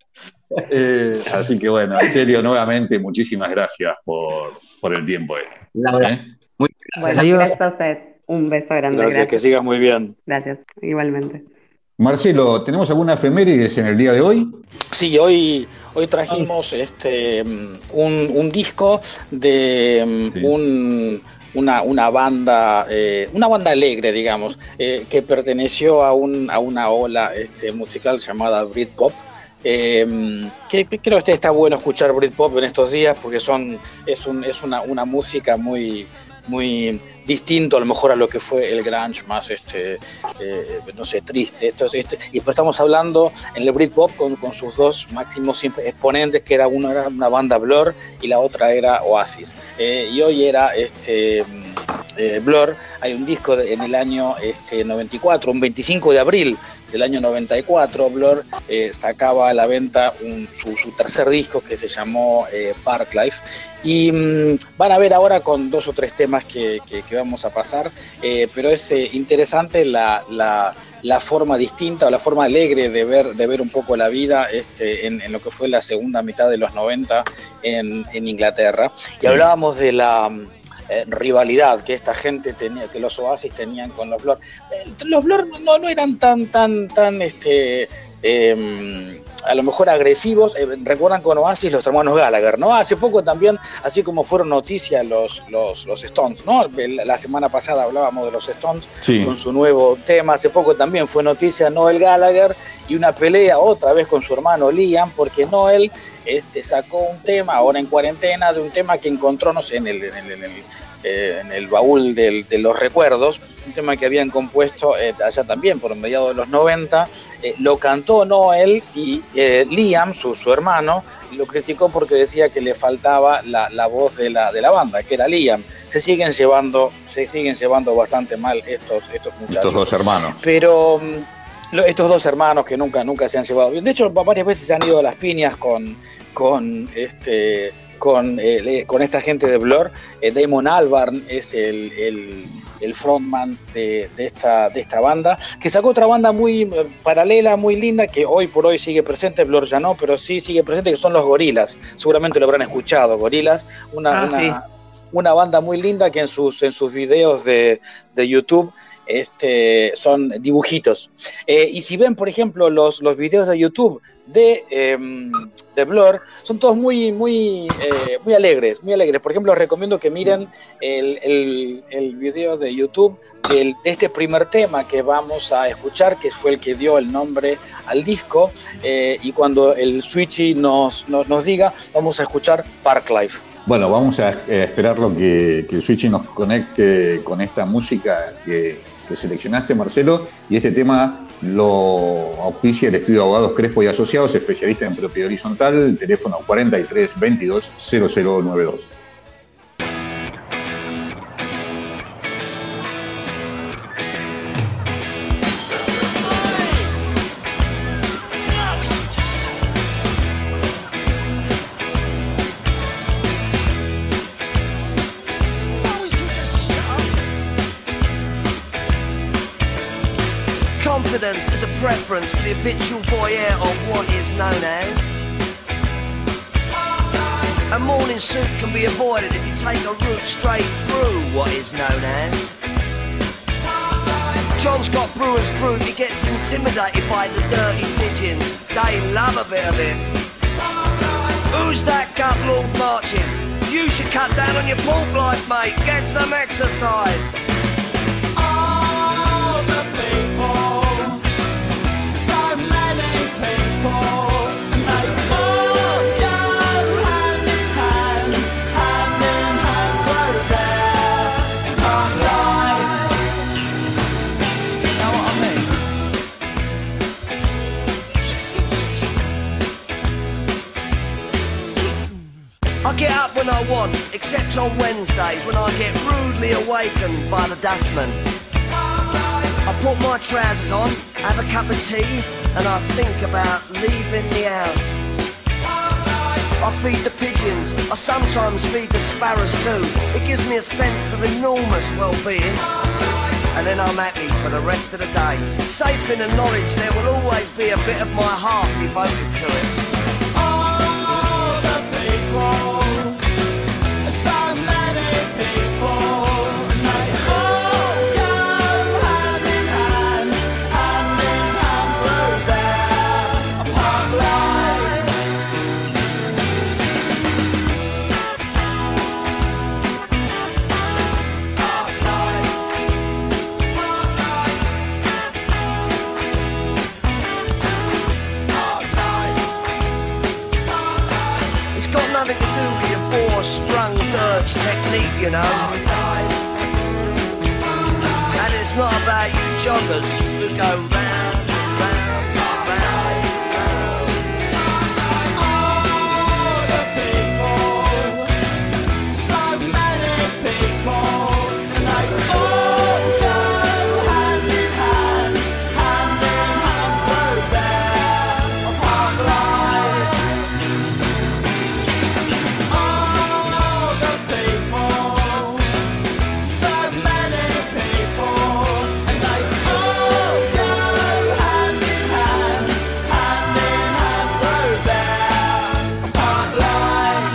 Eh, así que bueno, en serio, nuevamente, muchísimas gracias por, por el tiempo. Este, Laura, ¿eh? muy gracias. Bueno, Adiós. gracias a ustedes. Un beso grande. Gracias, Gracias, que sigas muy bien. gracias. Igualmente. Marcelo, ¿tenemos alguna efemérides en el día de hoy? Sí, hoy, hoy trajimos este un, un disco de Sí. un, una, una banda, eh, una banda alegre, digamos, eh, que perteneció a, un, a una ola este, musical llamada Britpop. Eh, que creo que está bueno escuchar Britpop en estos días porque son es, un, es una, una música muy, muy distinto a lo mejor a lo que fue el grunge más este eh, no sé triste esto, esto y pues estamos hablando en el Britpop con, con sus dos máximos exponentes, que era uno era una banda Blur y la otra era Oasis, eh, y hoy era este eh, Blur. Hay un disco de, en el año este, noventa y cuatro, un veinticinco de abril del año noventa y cuatro, Blur eh, sacaba a la venta un, su, su tercer disco que se llamó eh, Parklife, y mmm, van a ver ahora con dos o tres temas que, que, que vamos a pasar, eh, pero es eh, interesante la, la, la forma distinta o la forma alegre de ver, de ver un poco la vida este, en, en lo que fue la segunda mitad de los noventa en, en Inglaterra, y hablábamos de la Eh, rivalidad que esta gente tenía, que los Oasis tenían con los Blur. Eh, los Blur no, no eran tan, tan, tan, este, eh, a lo mejor agresivos. Eh, recuerdan con Oasis los hermanos Gallagher, ¿no? Hace poco también, así como fueron noticias los, los, los Stones, ¿no? La semana pasada hablábamos de los Stones Sí. con su nuevo tema. Hace poco también fue noticia Noel Gallagher y una pelea otra vez con su hermano Liam, porque Noel este, sacó un tema ahora en cuarentena, de un tema que encontró, no sé, en el, en el, en el, eh, en el baúl del, de los recuerdos, un tema que habían compuesto eh, allá también por mediados de los noventa, eh, lo cantó Noel y eh, Liam, su, su hermano, lo criticó porque decía que le faltaba la, la voz de la, de la banda, que era Liam. Se siguen llevando, se siguen llevando bastante mal estos, estos muchachos. Estos dos hermanos. Pero estos dos hermanos que nunca, nunca se han llevado bien. De hecho, varias veces se han ido a las piñas con, con, este, con, eh, con esta gente de Blur. Eh, Damon Albarn es el, el, el frontman de, de, esta, de esta banda, que sacó otra banda muy eh, paralela, muy linda, que hoy por hoy sigue presente. Blur ya no, pero sí sigue presente, que son los Gorillaz. Seguramente lo habrán escuchado, Gorillaz. Una, Ah, una, sí. una banda muy linda que en sus, en sus videos de, de YouTube Este, son dibujitos. Eh, y si ven, por ejemplo, los, los videos de YouTube de, eh, de Blur, son todos muy, muy, eh, muy alegres, muy alegres. Por ejemplo, les recomiendo que miren el, el, el video de YouTube del, de este primer tema que vamos a escuchar, que fue el que dio el nombre al disco, eh, y cuando el Switchy nos, nos, nos diga, vamos a escuchar Parklife. Bueno, vamos a esperar lo que, que el Switchy nos conecte con esta música que, que seleccionaste, Marcelo, y este tema lo auspicia el Estudio de Abogados Crespo y Asociados, especialista en propiedad horizontal, teléfono cuarenta y tres veintidós cero cero noventa y dos. Confidence is a preference for the habitual voyeur of what is known as. A morning suit can be avoided if you take a route straight through what is known as. John's got brewer's group, he gets intimidated by the dirty pigeons. They love a bit of it. Who's that gut lord marching? You should cut down on your pork life, mate. Get some exercise. All the people I want, except on Wednesdays when I get rudely awakened by the dustman. I put my trousers on, have a cup of tea, and I think about leaving the house. I feed the pigeons, I sometimes feed the sparrows too. It gives me a sense of enormous well-being. And then I'm happy for the rest of the day, safe in the knowledge there will always be a bit of my heart devoted to it. All the people, so many people, and they all go hand in hand, hand in hand through their punk life. Punk life. It's got nothing to do with your four-sprung dirge technique, you know. And it's not about you joggers who go round, round, round, round. All the people, so many people, and they all go hand in hand, hand in hand through their punk life. All the people, so many people, and they all go hand in hand, hand in hand through their punk life.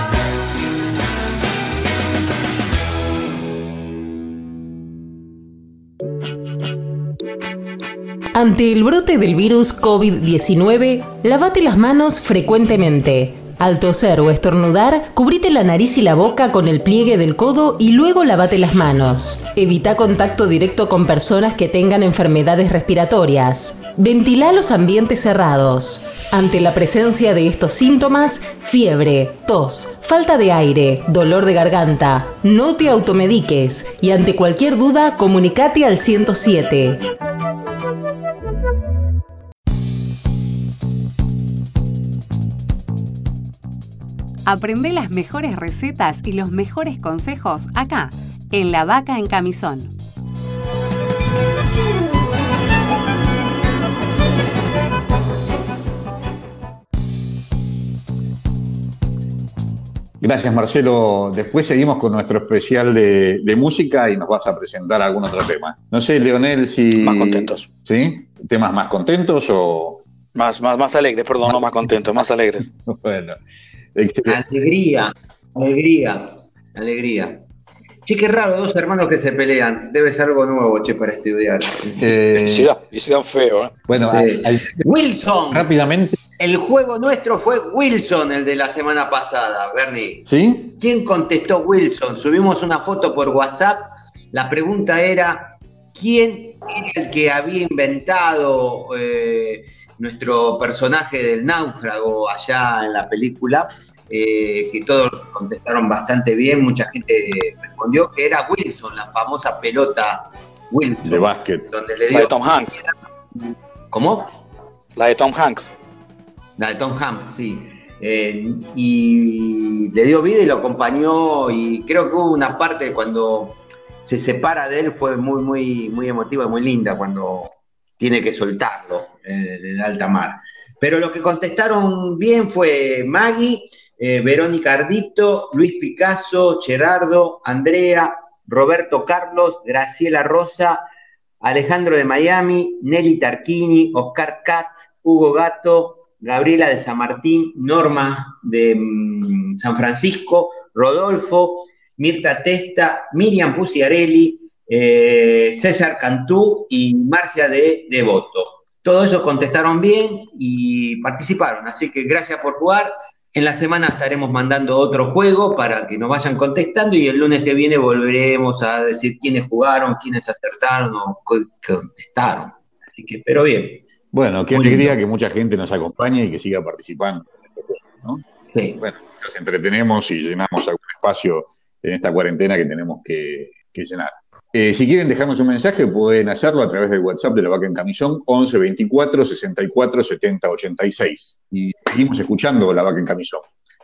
Ante el brote del virus COVID diecinueve, lavate las manos frecuentemente. Al toser o estornudar, cubrite la nariz y la boca con el pliegue del codo y luego lavate las manos. Evita contacto directo con personas que tengan enfermedades respiratorias. Ventila los ambientes cerrados. Ante la presencia de estos síntomas, fiebre, tos, falta de aire, dolor de garganta, no te automediques y ante cualquier duda, comunicate al ciento siete. Aprende las mejores recetas y los mejores consejos acá, en La Vaca en Camisón. Gracias, Marcelo. Después seguimos con nuestro especial de, de música y nos vas a presentar algún otro tema. No sé, Leonel, si... Más contentos. ¿Sí? ¿Temas más contentos o...? Más, más, más alegres, perdón, no más contentos, más alegres. Bueno. Alegría, alegría, alegría. Che, qué raro, dos hermanos que se pelean. Debe ser algo nuevo, che, para estudiar. Eh, sí, y se dan feo, ¿eh? Bueno, eh, al, Wilson. Rápidamente. El juego nuestro fue Wilson, el de la semana pasada, Bernie. ¿Sí? ¿Quién contestó Wilson? Subimos una foto por WhatsApp. La pregunta era, ¿quién era el que había inventado eh, nuestro personaje del náufrago allá en la película? Eh, que todos contestaron bastante bien, mucha gente respondió que era Wilson, la famosa pelota Wilson. De básquet. Donde le dio... La de Tom Hanks. ¿Cómo? La de Tom Hanks. La de Tom Hanks, sí. Eh, y le dio vida y lo acompañó, y creo que hubo una parte cuando se separa de él, fue muy, muy, muy emotiva y muy linda, cuando tiene que soltarlo eh, en alta mar. Pero lo que contestaron bien fue Maggie, eh, Verónica Ardito, Luis Picasso, Gerardo, Andrea, Roberto Carlos, Graciela Rosa, Alejandro de Miami, Nelly Tarquini, Oscar Katz, Hugo Gato, Gabriela de San Martín, Norma de mm, San Francisco, Rodolfo, Mirta Testa, Miriam Puciarelli, eh, César Cantú y Marcia de Devoto. Todos ellos contestaron bien y participaron, así que gracias por jugar. En la semana estaremos mandando otro juego para que nos vayan contestando y el lunes que viene volveremos a decir quiénes jugaron, quiénes acertaron o contestaron. Así que espero bien. Bueno, qué alegría que mucha gente nos acompañe y que siga participando, ¿no? Sí. Bueno, nos entretenemos y llenamos algún espacio en esta cuarentena que tenemos que, que llenar. Eh, si quieren dejarnos un mensaje, pueden hacerlo a través del WhatsApp de La Vaca en Camisón, once veinticuatro sesenta y cuatro setenta ochenta y seis. Y seguimos escuchando La Vaca en Camisón.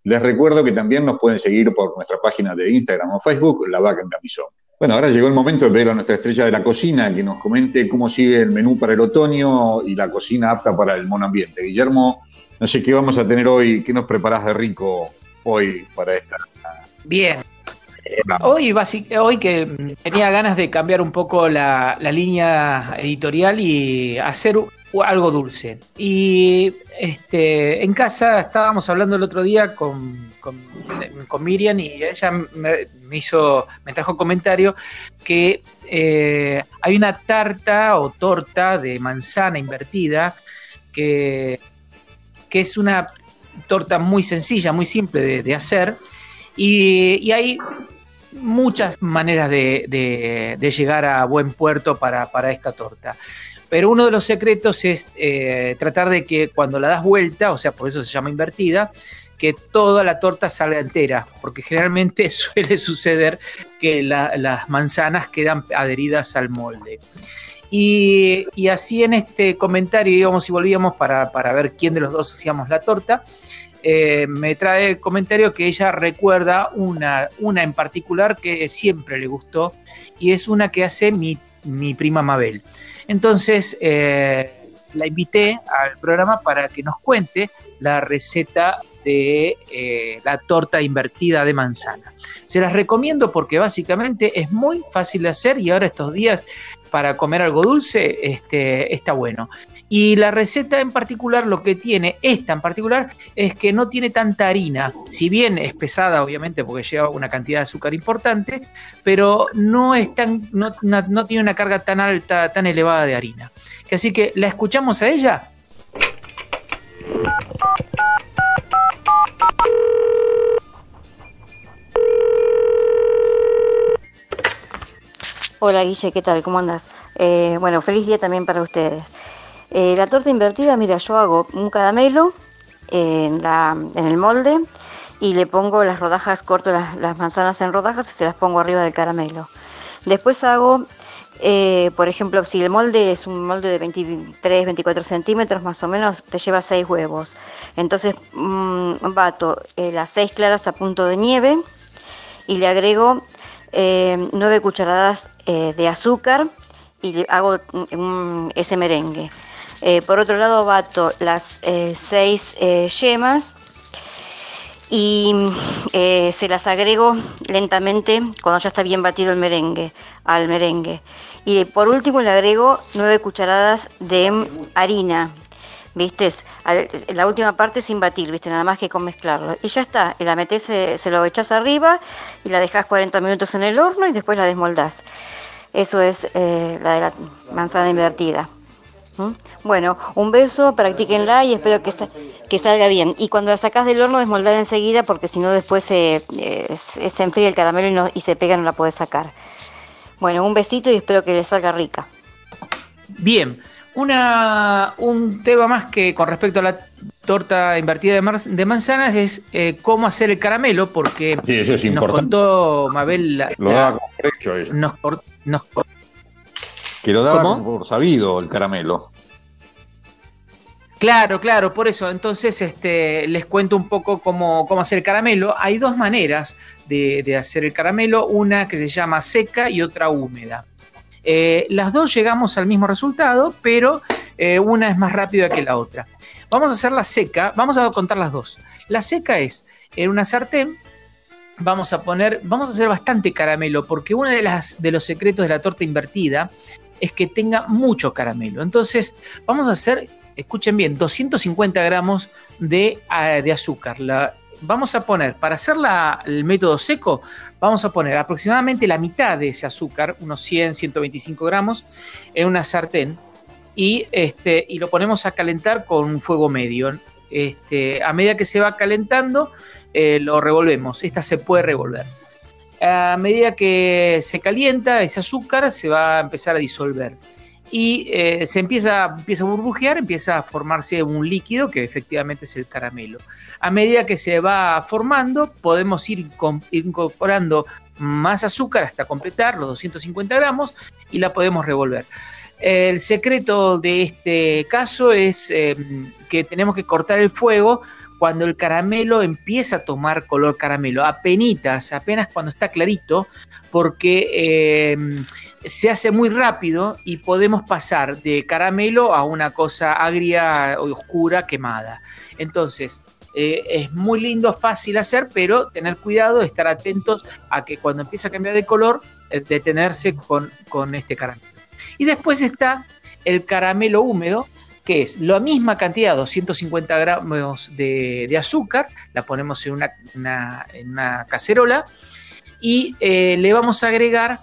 Les recuerdo que también nos pueden seguir por nuestra página de Instagram o Facebook, La Vaca en Camisón. Bueno, ahora llegó el momento de pedir a nuestra estrella de la cocina que nos comente cómo sigue el menú para el otoño y la cocina apta para el monoambiente. Guillermo, no sé qué vamos a tener hoy, qué nos preparás de rico hoy para esta. Bien. Hoy, hoy que tenía ganas de cambiar un poco la, la línea editorial y hacer algo dulce. Y este, en casa estábamos hablando el otro día con, con, con Miriam y ella me, me hizo, me trajo comentario que eh, hay una tarta o torta de manzana invertida que, que es una torta muy sencilla, muy simple de, de hacer. Y, y hay muchas maneras de, de, de llegar a buen puerto para, para esta torta. Pero uno de los secretos es eh, tratar de que cuando la das vuelta, o sea, por eso se llama invertida, que toda la torta salga entera, porque generalmente suele suceder que la, las manzanas quedan adheridas al molde. Y, y así en este comentario íbamos y volvíamos para, para ver quién de los dos hacíamos la torta. Eh, me trae el comentario que ella recuerda una, una en particular que siempre le gustó y es una que hace mi, mi prima Mabel. Entonces eh, la invité al programa para que nos cuente la receta de eh, la torta invertida de manzana. Se las recomiendo porque básicamente es muy fácil de hacer y ahora estos días para comer algo dulce este, está bueno. Y la receta en particular, lo que tiene, esta en particular, es que no tiene tanta harina. Si bien es pesada, obviamente, porque lleva una cantidad de azúcar importante, pero no, es tan, no, no, no tiene una carga tan alta, tan elevada de harina. Así que, ¿la escuchamos a ella? Hola Guille, ¿qué tal? ¿Cómo andás? Eh, bueno, feliz día también para ustedes. Eh, la torta invertida, mira, yo hago un caramelo en, la, en el molde y le pongo las rodajas, corto las, las manzanas en rodajas y se las pongo arriba del caramelo. Después hago, eh, por ejemplo, si el molde es un molde de veintitrés, veinticuatro centímetros más o menos, te lleva seis huevos. Entonces mmm, bato eh, las seis claras a punto de nieve y le agrego eh, nueve cucharadas eh, de azúcar y le hago un, ese merengue. Eh, por otro lado bato las eh, seis eh, yemas y eh, se las agrego lentamente cuando ya está bien batido el merengue, al merengue. Y por último le agrego nueve cucharadas de harina, ¿viste? La última parte sin batir, ¿viste? Nada más que con mezclarlo. Y ya está, y la metés, se, se lo echás arriba y la dejás cuarenta minutos en el horno y después la desmoldás. Eso es eh, la de la manzana invertida. ¿Mm? Bueno, un beso, practíquenla y espero que, sa- que salga bien. Y cuando la sacás del horno, desmoldar enseguida porque si no después se, eh, se enfría el caramelo y, no, y se pega, no la podés sacar. Bueno, un besito y espero que le salga rica. Bien, una, un tema más que con respecto a la torta invertida de, mar- de manzanas es eh, cómo hacer el caramelo, porque sí, eso es nos importante. contó Mabel la, Lo la, daba como por hecho ella. nos, cor- nos cor- Que lo daba ¿Cómo? por sabido el caramelo. Claro, claro, por eso. Entonces este, les cuento un poco cómo, cómo hacer el caramelo. Hay dos maneras de, de hacer el caramelo, una que se llama seca y otra húmeda. Eh, las dos llegamos al mismo resultado, pero eh, una es más rápida que la otra. Vamos a hacer la seca, vamos a contar las dos. La seca es en una sartén, vamos a poner, vamos a hacer bastante caramelo, porque uno de, las, de los secretos de la torta invertida es que tenga mucho caramelo. Entonces vamos a hacer, escuchen bien, doscientos cincuenta gramos de, uh, de azúcar. La, vamos a poner, para hacer la, el método seco, vamos a poner aproximadamente la mitad de ese azúcar, unos cien, ciento veinticinco gramos, en una sartén y, este, y lo ponemos a calentar con un fuego medio. Este, a medida que se va calentando, eh, lo revolvemos. Esta se puede revolver. A medida que se calienta ese azúcar, se va a empezar a disolver. Y eh, se empieza, empieza a burbujear, empieza a formarse un líquido que efectivamente es el caramelo. A medida que se va formando, podemos ir incorporando más azúcar hasta completar los doscientos cincuenta gramos y la podemos revolver. El secreto de este caso es eh, que tenemos que cortar el fuego cuando el caramelo empieza a tomar color caramelo, apenitas, apenas cuando está clarito, porque eh, se hace muy rápido y podemos pasar de caramelo a una cosa agria, oscura, quemada. Entonces, eh, es muy lindo, fácil hacer, pero tener cuidado, estar atentos a que cuando empieza a cambiar de color, eh, detenerse con, con este caramelo. Y después está el caramelo húmedo, que es la misma cantidad, doscientos cincuenta gramos de, de azúcar, la ponemos en una, una, en una cacerola y eh, le vamos a agregar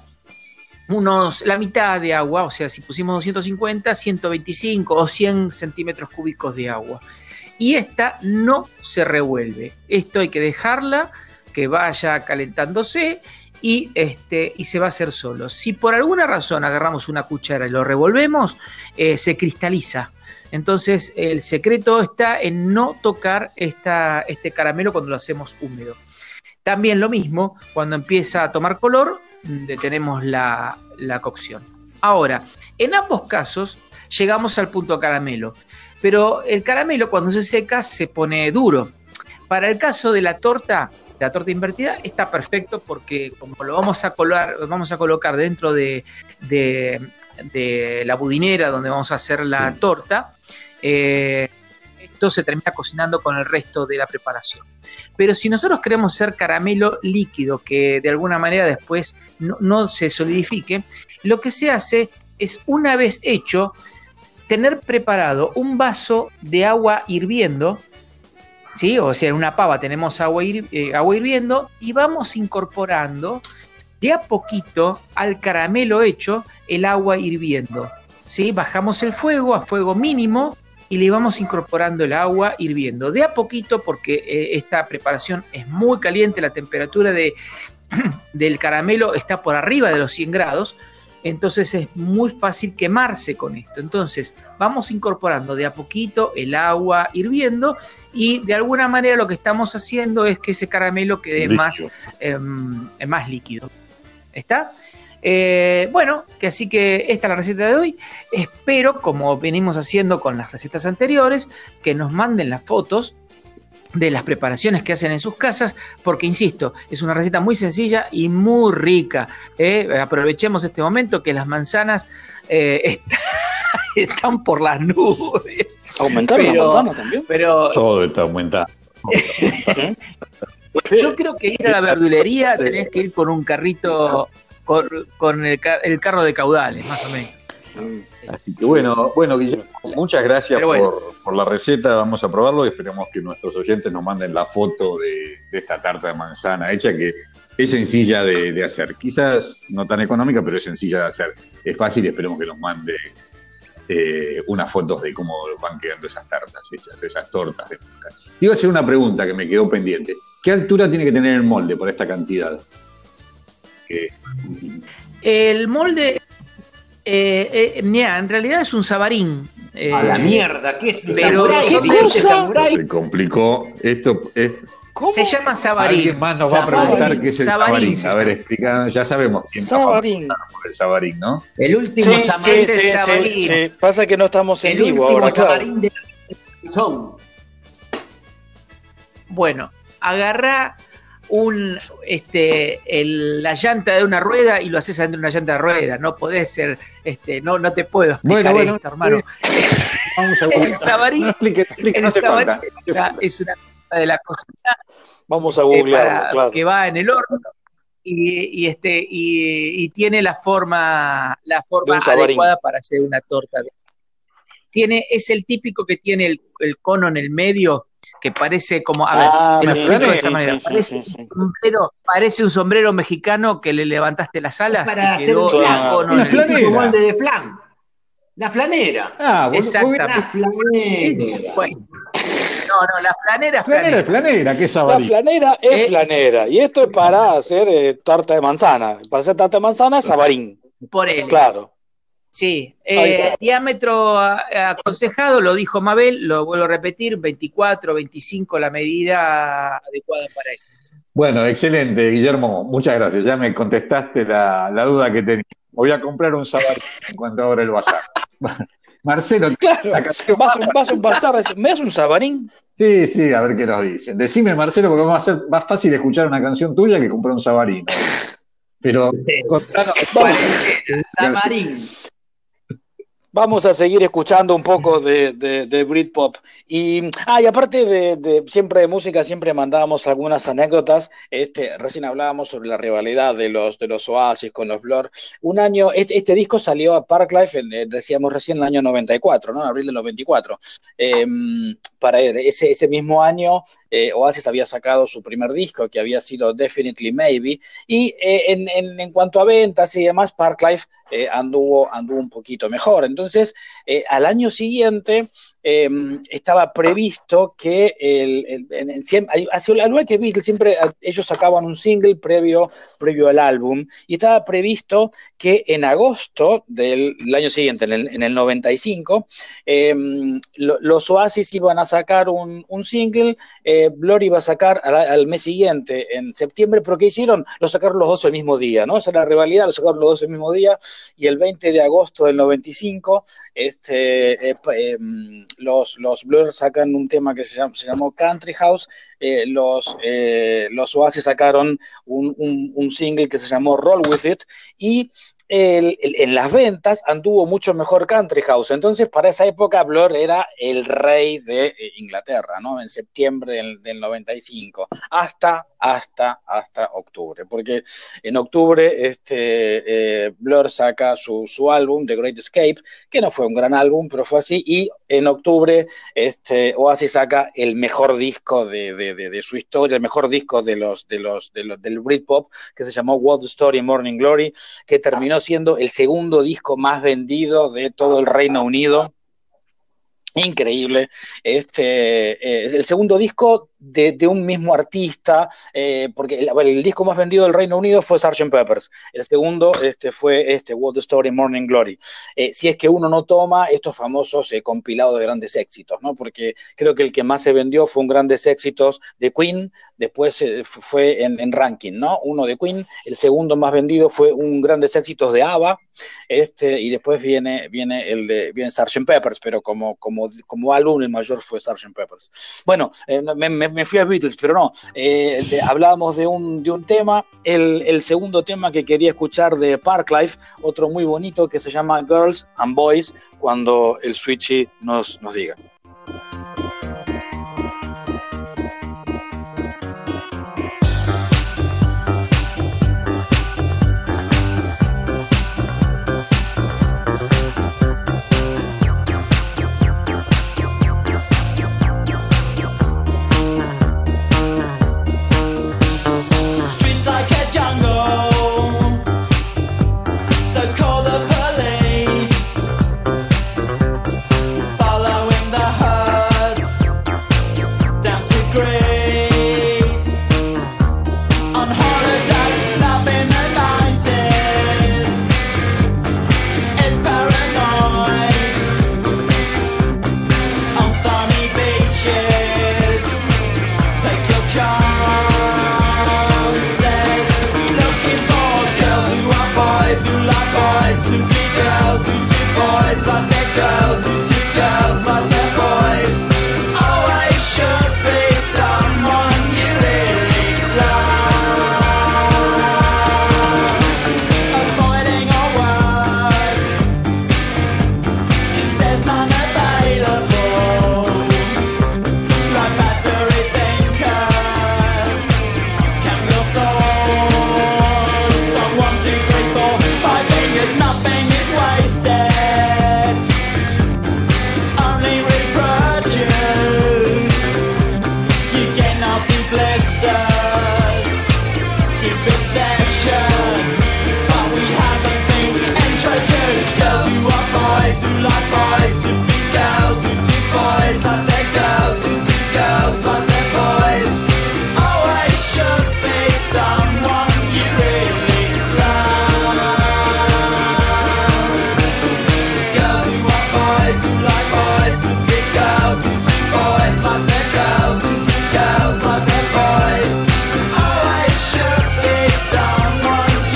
unos, la mitad de agua, o sea, si pusimos doscientos cincuenta, ciento veinticinco o cien centímetros cúbicos de agua. Y esta no se revuelve. Esto hay que dejarla que vaya calentándose y, este, y se va a hacer solo. Si por alguna razón agarramos una cuchara y lo revolvemos, eh, se cristaliza. Entonces el secreto está en no tocar esta, este caramelo cuando lo hacemos húmedo. También lo mismo, cuando empieza a tomar color, detenemos la, la cocción. Ahora, en ambos casos llegamos al punto caramelo, pero el caramelo cuando se seca se pone duro. Para el caso de la torta, de la torta invertida, está perfecto porque como lo vamos a, colar, vamos a colocar dentro de, de, de la budinera donde vamos a hacer la sí. torta, eh, esto se termina cocinando con el resto de la preparación. Pero si nosotros queremos hacer caramelo líquido que de alguna manera después no, no se solidifique, lo que se hace es, una vez hecho, tener preparado un vaso de agua hirviendo, ¿sí? O sea, en una pava tenemos agua, hir, eh, agua hirviendo y vamos incorporando de a poquito al caramelo hecho el agua hirviendo, ¿sí? Bajamos el fuego a fuego mínimo y le vamos incorporando el agua hirviendo de a poquito porque eh, esta preparación es muy caliente, la temperatura de, del caramelo está por arriba de los cien grados, entonces es muy fácil quemarse con esto. Entonces vamos incorporando de a poquito el agua hirviendo y de alguna manera lo que estamos haciendo es que ese caramelo quede más, eh, más líquido. ¿Está? Eh, bueno, que así que esta es la receta de hoy. Espero, como venimos haciendo con las recetas anteriores, que nos manden las fotos de las preparaciones que hacen en sus casas, porque insisto, es una receta muy sencilla y muy rica. ¿eh? Aprovechemos este momento que las manzanas eh, están, están por las nubes. ¿Aumentaron las manzanas también? Pero, todo está aumentando. Yo creo que ir a la verdulería tenés que ir con un carrito, con, con el, el carro de caudales, más o menos. Así que bueno, bueno Guillermo, muchas gracias bueno. por, por la receta, vamos a probarlo y esperemos que nuestros oyentes nos manden la foto de, de esta tarta de manzana hecha, que es sencilla de, de hacer, quizás no tan económica, pero es sencilla de hacer, es fácil y esperemos que nos mande eh, unas fotos de cómo van quedando esas tartas hechas, esas tortas de manzana. Te iba a hacer una pregunta que me quedó pendiente, ¿qué altura tiene que tener el molde por esta cantidad? ¿Qué? El molde... Eh, eh, mira, en realidad es un sabarín. Eh, a la mierda, ¿qué es un pero samurai? Se complicó. Esto es. ¿Cómo? Se llama sabarín. Alguien más nos va a preguntar qué es el sabarín. sabarín. A ver, explica, ya sabemos quién sabarín. por el sabarín, ¿no? El último sí, sabarín. Sí, sí, sabarín. Sí, sí. Pasa que no estamos en el vivo último ahora. Sabarín Claro. de son. Bueno, agarrá un este el, la llanta de una rueda y lo haces adentro de una llanta de rueda, no podés ser, este, no, no te puedo explicar bueno, esto, bueno, hermano. Vamos a el sabarín, no explique, explique, el no sabarín es una cosa de la cocina. Vamos a googlearlo, eh, claro. Que va en el horno y, y este y, y tiene la forma la forma adecuada para hacer una torta. De, tiene es el típico que tiene el, el cono en el medio, que parece como, a ver, ah, sí, sí, de esa sí, manera. Sí, parece, sí, sí. Un sombrero, parece un sombrero mexicano que le levantaste las alas para y quedó hacer flan, cono una en flanera. Un molde de flan. La flanera. Ah, exactamente. La flanera. Bueno, no, no, la flanera es flanera. Flanera, flanera, ¿qué es sabarín? La flanera es eh, flanera. Y esto es para hacer eh, tarta de manzana. Para hacer tarta de manzana es sabarín. Por él. Claro. Sí, eh, diámetro aconsejado, lo dijo Mabel, lo vuelvo a repetir, veinticuatro, veinticinco la medida adecuada para él. Bueno, excelente, Guillermo, muchas gracias, ya me contestaste la, la duda que tenía. Voy a comprar un sabarín en cuanto abra el bazar. Marcelo, claro, vas, a un, vas a un bazar, ¿me das un sabarín? Sí, sí, a ver qué nos dicen. Decime, Marcelo, porque va a ser más fácil escuchar una canción tuya que comprar un sabarín. Pero contanos. Sabarín. Vamos a seguir escuchando un poco de, de, de Britpop. Y, ah, y aparte de, de siempre de música, siempre mandábamos algunas anécdotas. Este, recién hablábamos sobre la rivalidad de los, de los Oasis con los Blur. Un año, este, este disco salió a Parklife, en, decíamos recién, en el año noventa y cuatro, ¿no? En abril del noventa y cuatro. Eh, para ese, ese mismo año, eh, Oasis había sacado su primer disco, que había sido Definitely Maybe. Y eh, en, en, en cuanto a ventas y demás, Parklife Eh, anduvo, anduvo un poquito mejor. Entonces, eh, al año siguiente eh, estaba previsto que el, el, el, el, al igual que Beatles, siempre ellos sacaban un single previo, previo al álbum, y estaba previsto que en agosto del, del año siguiente, en el, en el noventa y cinco, eh, lo, los Oasis iban a sacar un, un single, eh, Blur iba a sacar al, al mes siguiente, en septiembre, pero ¿qué hicieron? Lo sacaron los dos el mismo día, ¿no? Esa era la rivalidad, lo sacaron los dos el mismo día. Y el veinte de agosto del noventa y cinco, este, eh, eh, los, los Blur sacan un tema que se, llama, se llamó Country House, eh, los, eh, los Oasis sacaron un, un, un single que se llamó Roll With It, y El, el, en las ventas anduvo mucho mejor Country House. Entonces, para esa época, Blur era el rey de eh, Inglaterra, ¿no? En septiembre del, del noventa y cinco, hasta, hasta, hasta octubre, porque en octubre este, eh, Blur saca su, su álbum, The Great Escape, que no fue un gran álbum, pero fue así, y en octubre este, Oasis saca el mejor disco de, de, de, de su historia, el mejor disco de los, de los, de los, del Britpop, que se llamó What's the Story, Morning Glory, que terminó siendo el segundo disco más vendido de todo el Reino Unido. Increíble. Este, eh, el segundo disco de, de un mismo artista, eh, porque el, bueno, el disco más vendido del Reino Unido fue sergeant Pepper's. El segundo este, fue este, What's the Story, Morning Glory. Eh, si es que uno no toma estos famosos eh, compilados de grandes éxitos, ¿no? Porque creo que el que más se vendió fue un grandes éxitos de Queen, después eh, fue en, en ranking, ¿no? Uno de Queen, el segundo más vendido fue un grandes éxitos de ABBA, este, y después viene, viene el de viene sergeant Pepper's, pero como, como, como álbum el mayor fue sergeant Pepper's. Bueno, eh, me, me, me fui a Beatles, pero no, eh, de, hablábamos de un, de un tema, el, el segundo tema que quería escuchar de Parklife, otro muy bonito que se llama Girls and Boys, cuando el Switchy nos, nos diga. Someone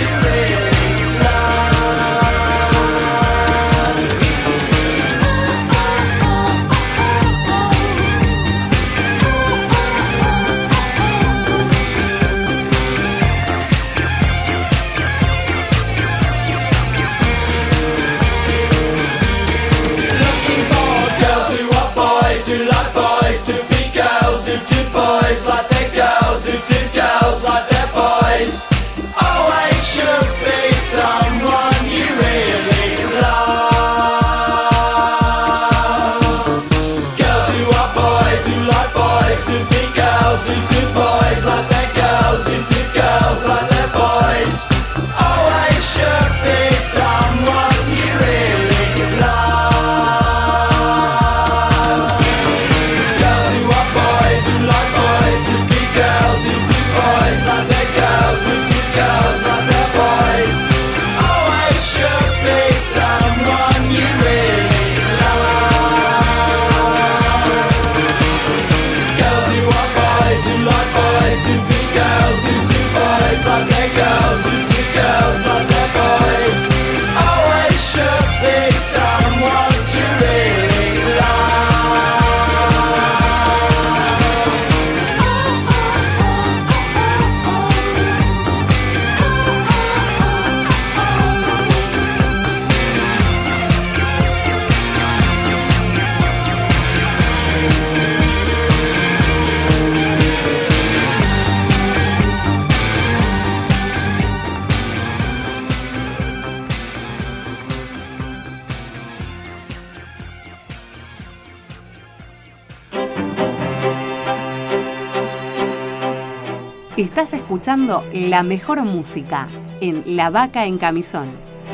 Estás escuchando la mejor música en La Vaca en Camisón.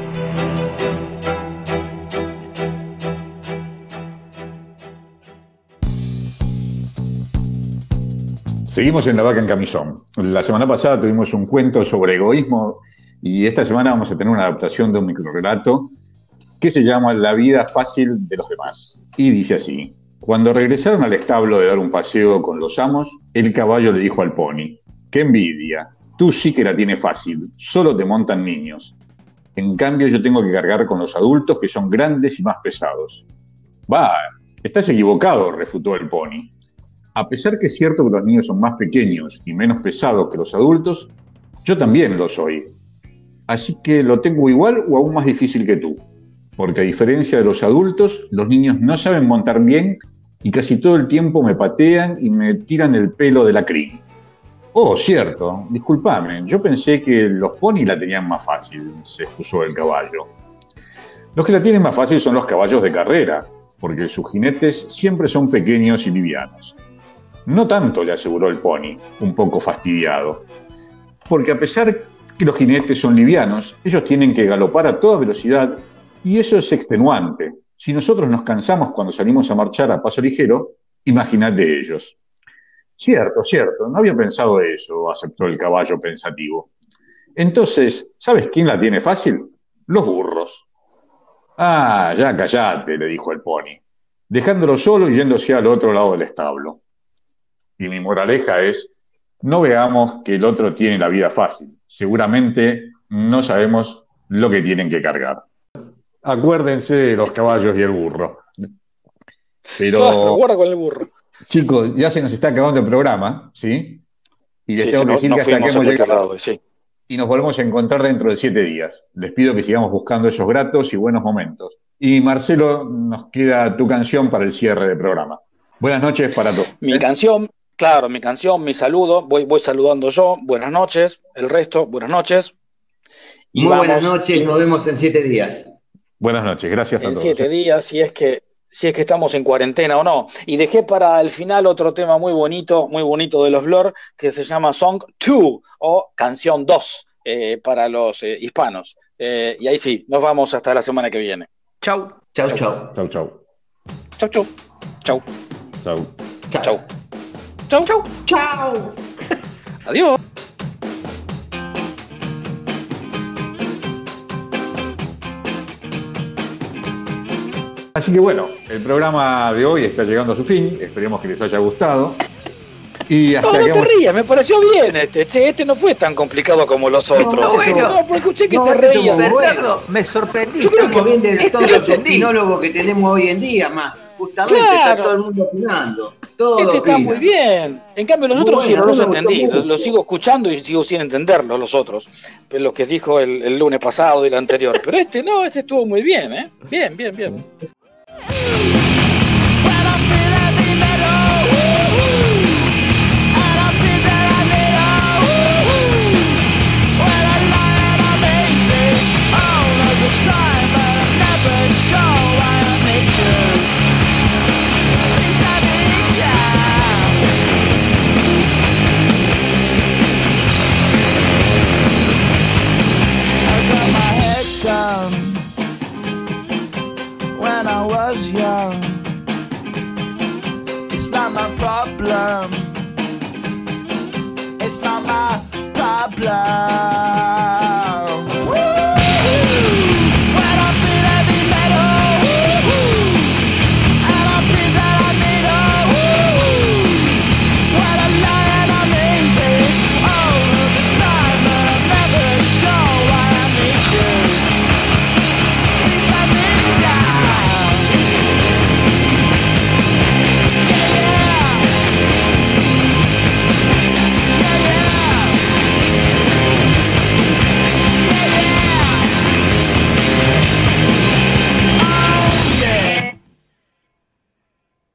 Seguimos en La Vaca en Camisón. La semana pasada tuvimos un cuento sobre egoísmo y esta semana vamos a tener una adaptación de un microrrelato que se llama La vida fácil de los demás. Y dice así: cuando regresaron al establo de dar un paseo con los amos, el caballo le dijo al pony: ¡qué envidia! Tú sí que la tienes fácil, solo te montan niños. En cambio yo tengo que cargar con los adultos que son grandes y más pesados. Va, estás equivocado, refutó el pony. A pesar que es cierto que los niños son más pequeños y menos pesados que los adultos, yo también lo soy. Así que lo tengo igual o aún más difícil que tú. Porque a diferencia de los adultos, los niños no saben montar bien y casi todo el tiempo me patean y me tiran el pelo de la crin. Oh, cierto, discúlpame, yo pensé que los ponis la tenían más fácil, se excusó el caballo. Los que la tienen más fácil son los caballos de carrera, porque sus jinetes siempre son pequeños y livianos. No tanto, le aseguró el pony, un poco fastidiado, porque a pesar que los jinetes son livianos, ellos tienen que galopar a toda velocidad y eso es extenuante. Si nosotros nos cansamos cuando salimos a marchar a paso ligero, imagínate ellos. Cierto, cierto, no había pensado eso, aceptó el caballo pensativo. Entonces, ¿sabes quién la tiene fácil? Los burros. Ah, ya callate, le dijo el pony, dejándolo solo y yéndose al otro lado del establo. Y mi moraleja es, no veamos que el otro tiene la vida fácil. Seguramente no sabemos lo que tienen que cargar. Acuérdense de los caballos y el burro. Pero, claro, guarda con el burro. Chicos, ya se nos está acabando el programa, ¿sí? Y les sí, tengo que decir no, que hasta que hemos llegado. lado, sí. Y nos volvemos a encontrar dentro de siete días. Les pido que sigamos buscando esos gratos y buenos momentos. Y Marcelo, nos queda tu canción para el cierre del programa. Buenas noches para todos. Mi canción... Claro, mi canción, mi saludo, voy, voy saludando yo, buenas noches, el resto, buenas noches. Y Muy vamos, buenas noches, nos vemos en siete días. Buenas noches, gracias a en todos. En siete días, si es que si es que estamos en cuarentena o no. Y dejé para el final otro tema muy bonito, muy bonito de los Blur, que se llama Song dos o Canción dos eh, para los eh, hispanos. Eh, y ahí sí, nos vamos hasta la semana que viene. Chau. Chau, chau. Chau, chau. Chau, chau. Chau. Chau. Chau. Chau, chau, chau. Adiós. Así que bueno, el programa de hoy está llegando a su fin. Esperemos que les haya gustado. Y hasta no, no que te hemos... rías, me pareció bien este. Che, este no fue tan complicado como los otros. No, bueno. No, porque escuché que no, te reías. Bueno. Me sorprendí. Yo creo que bien de este todos los opinólogos que tenemos hoy en día, más. Justamente claro. Está todo el mundo opinando. Todo este está opina. muy bien. En cambio, los otros bueno, sí, no los me entendí. mucho. Los, los sigo escuchando y sigo sin entenderlos, los otros. Pero los que dijo el, el lunes pasado y el anterior. Pero este no, este estuvo muy bien, ¿eh? Bien, bien, bien.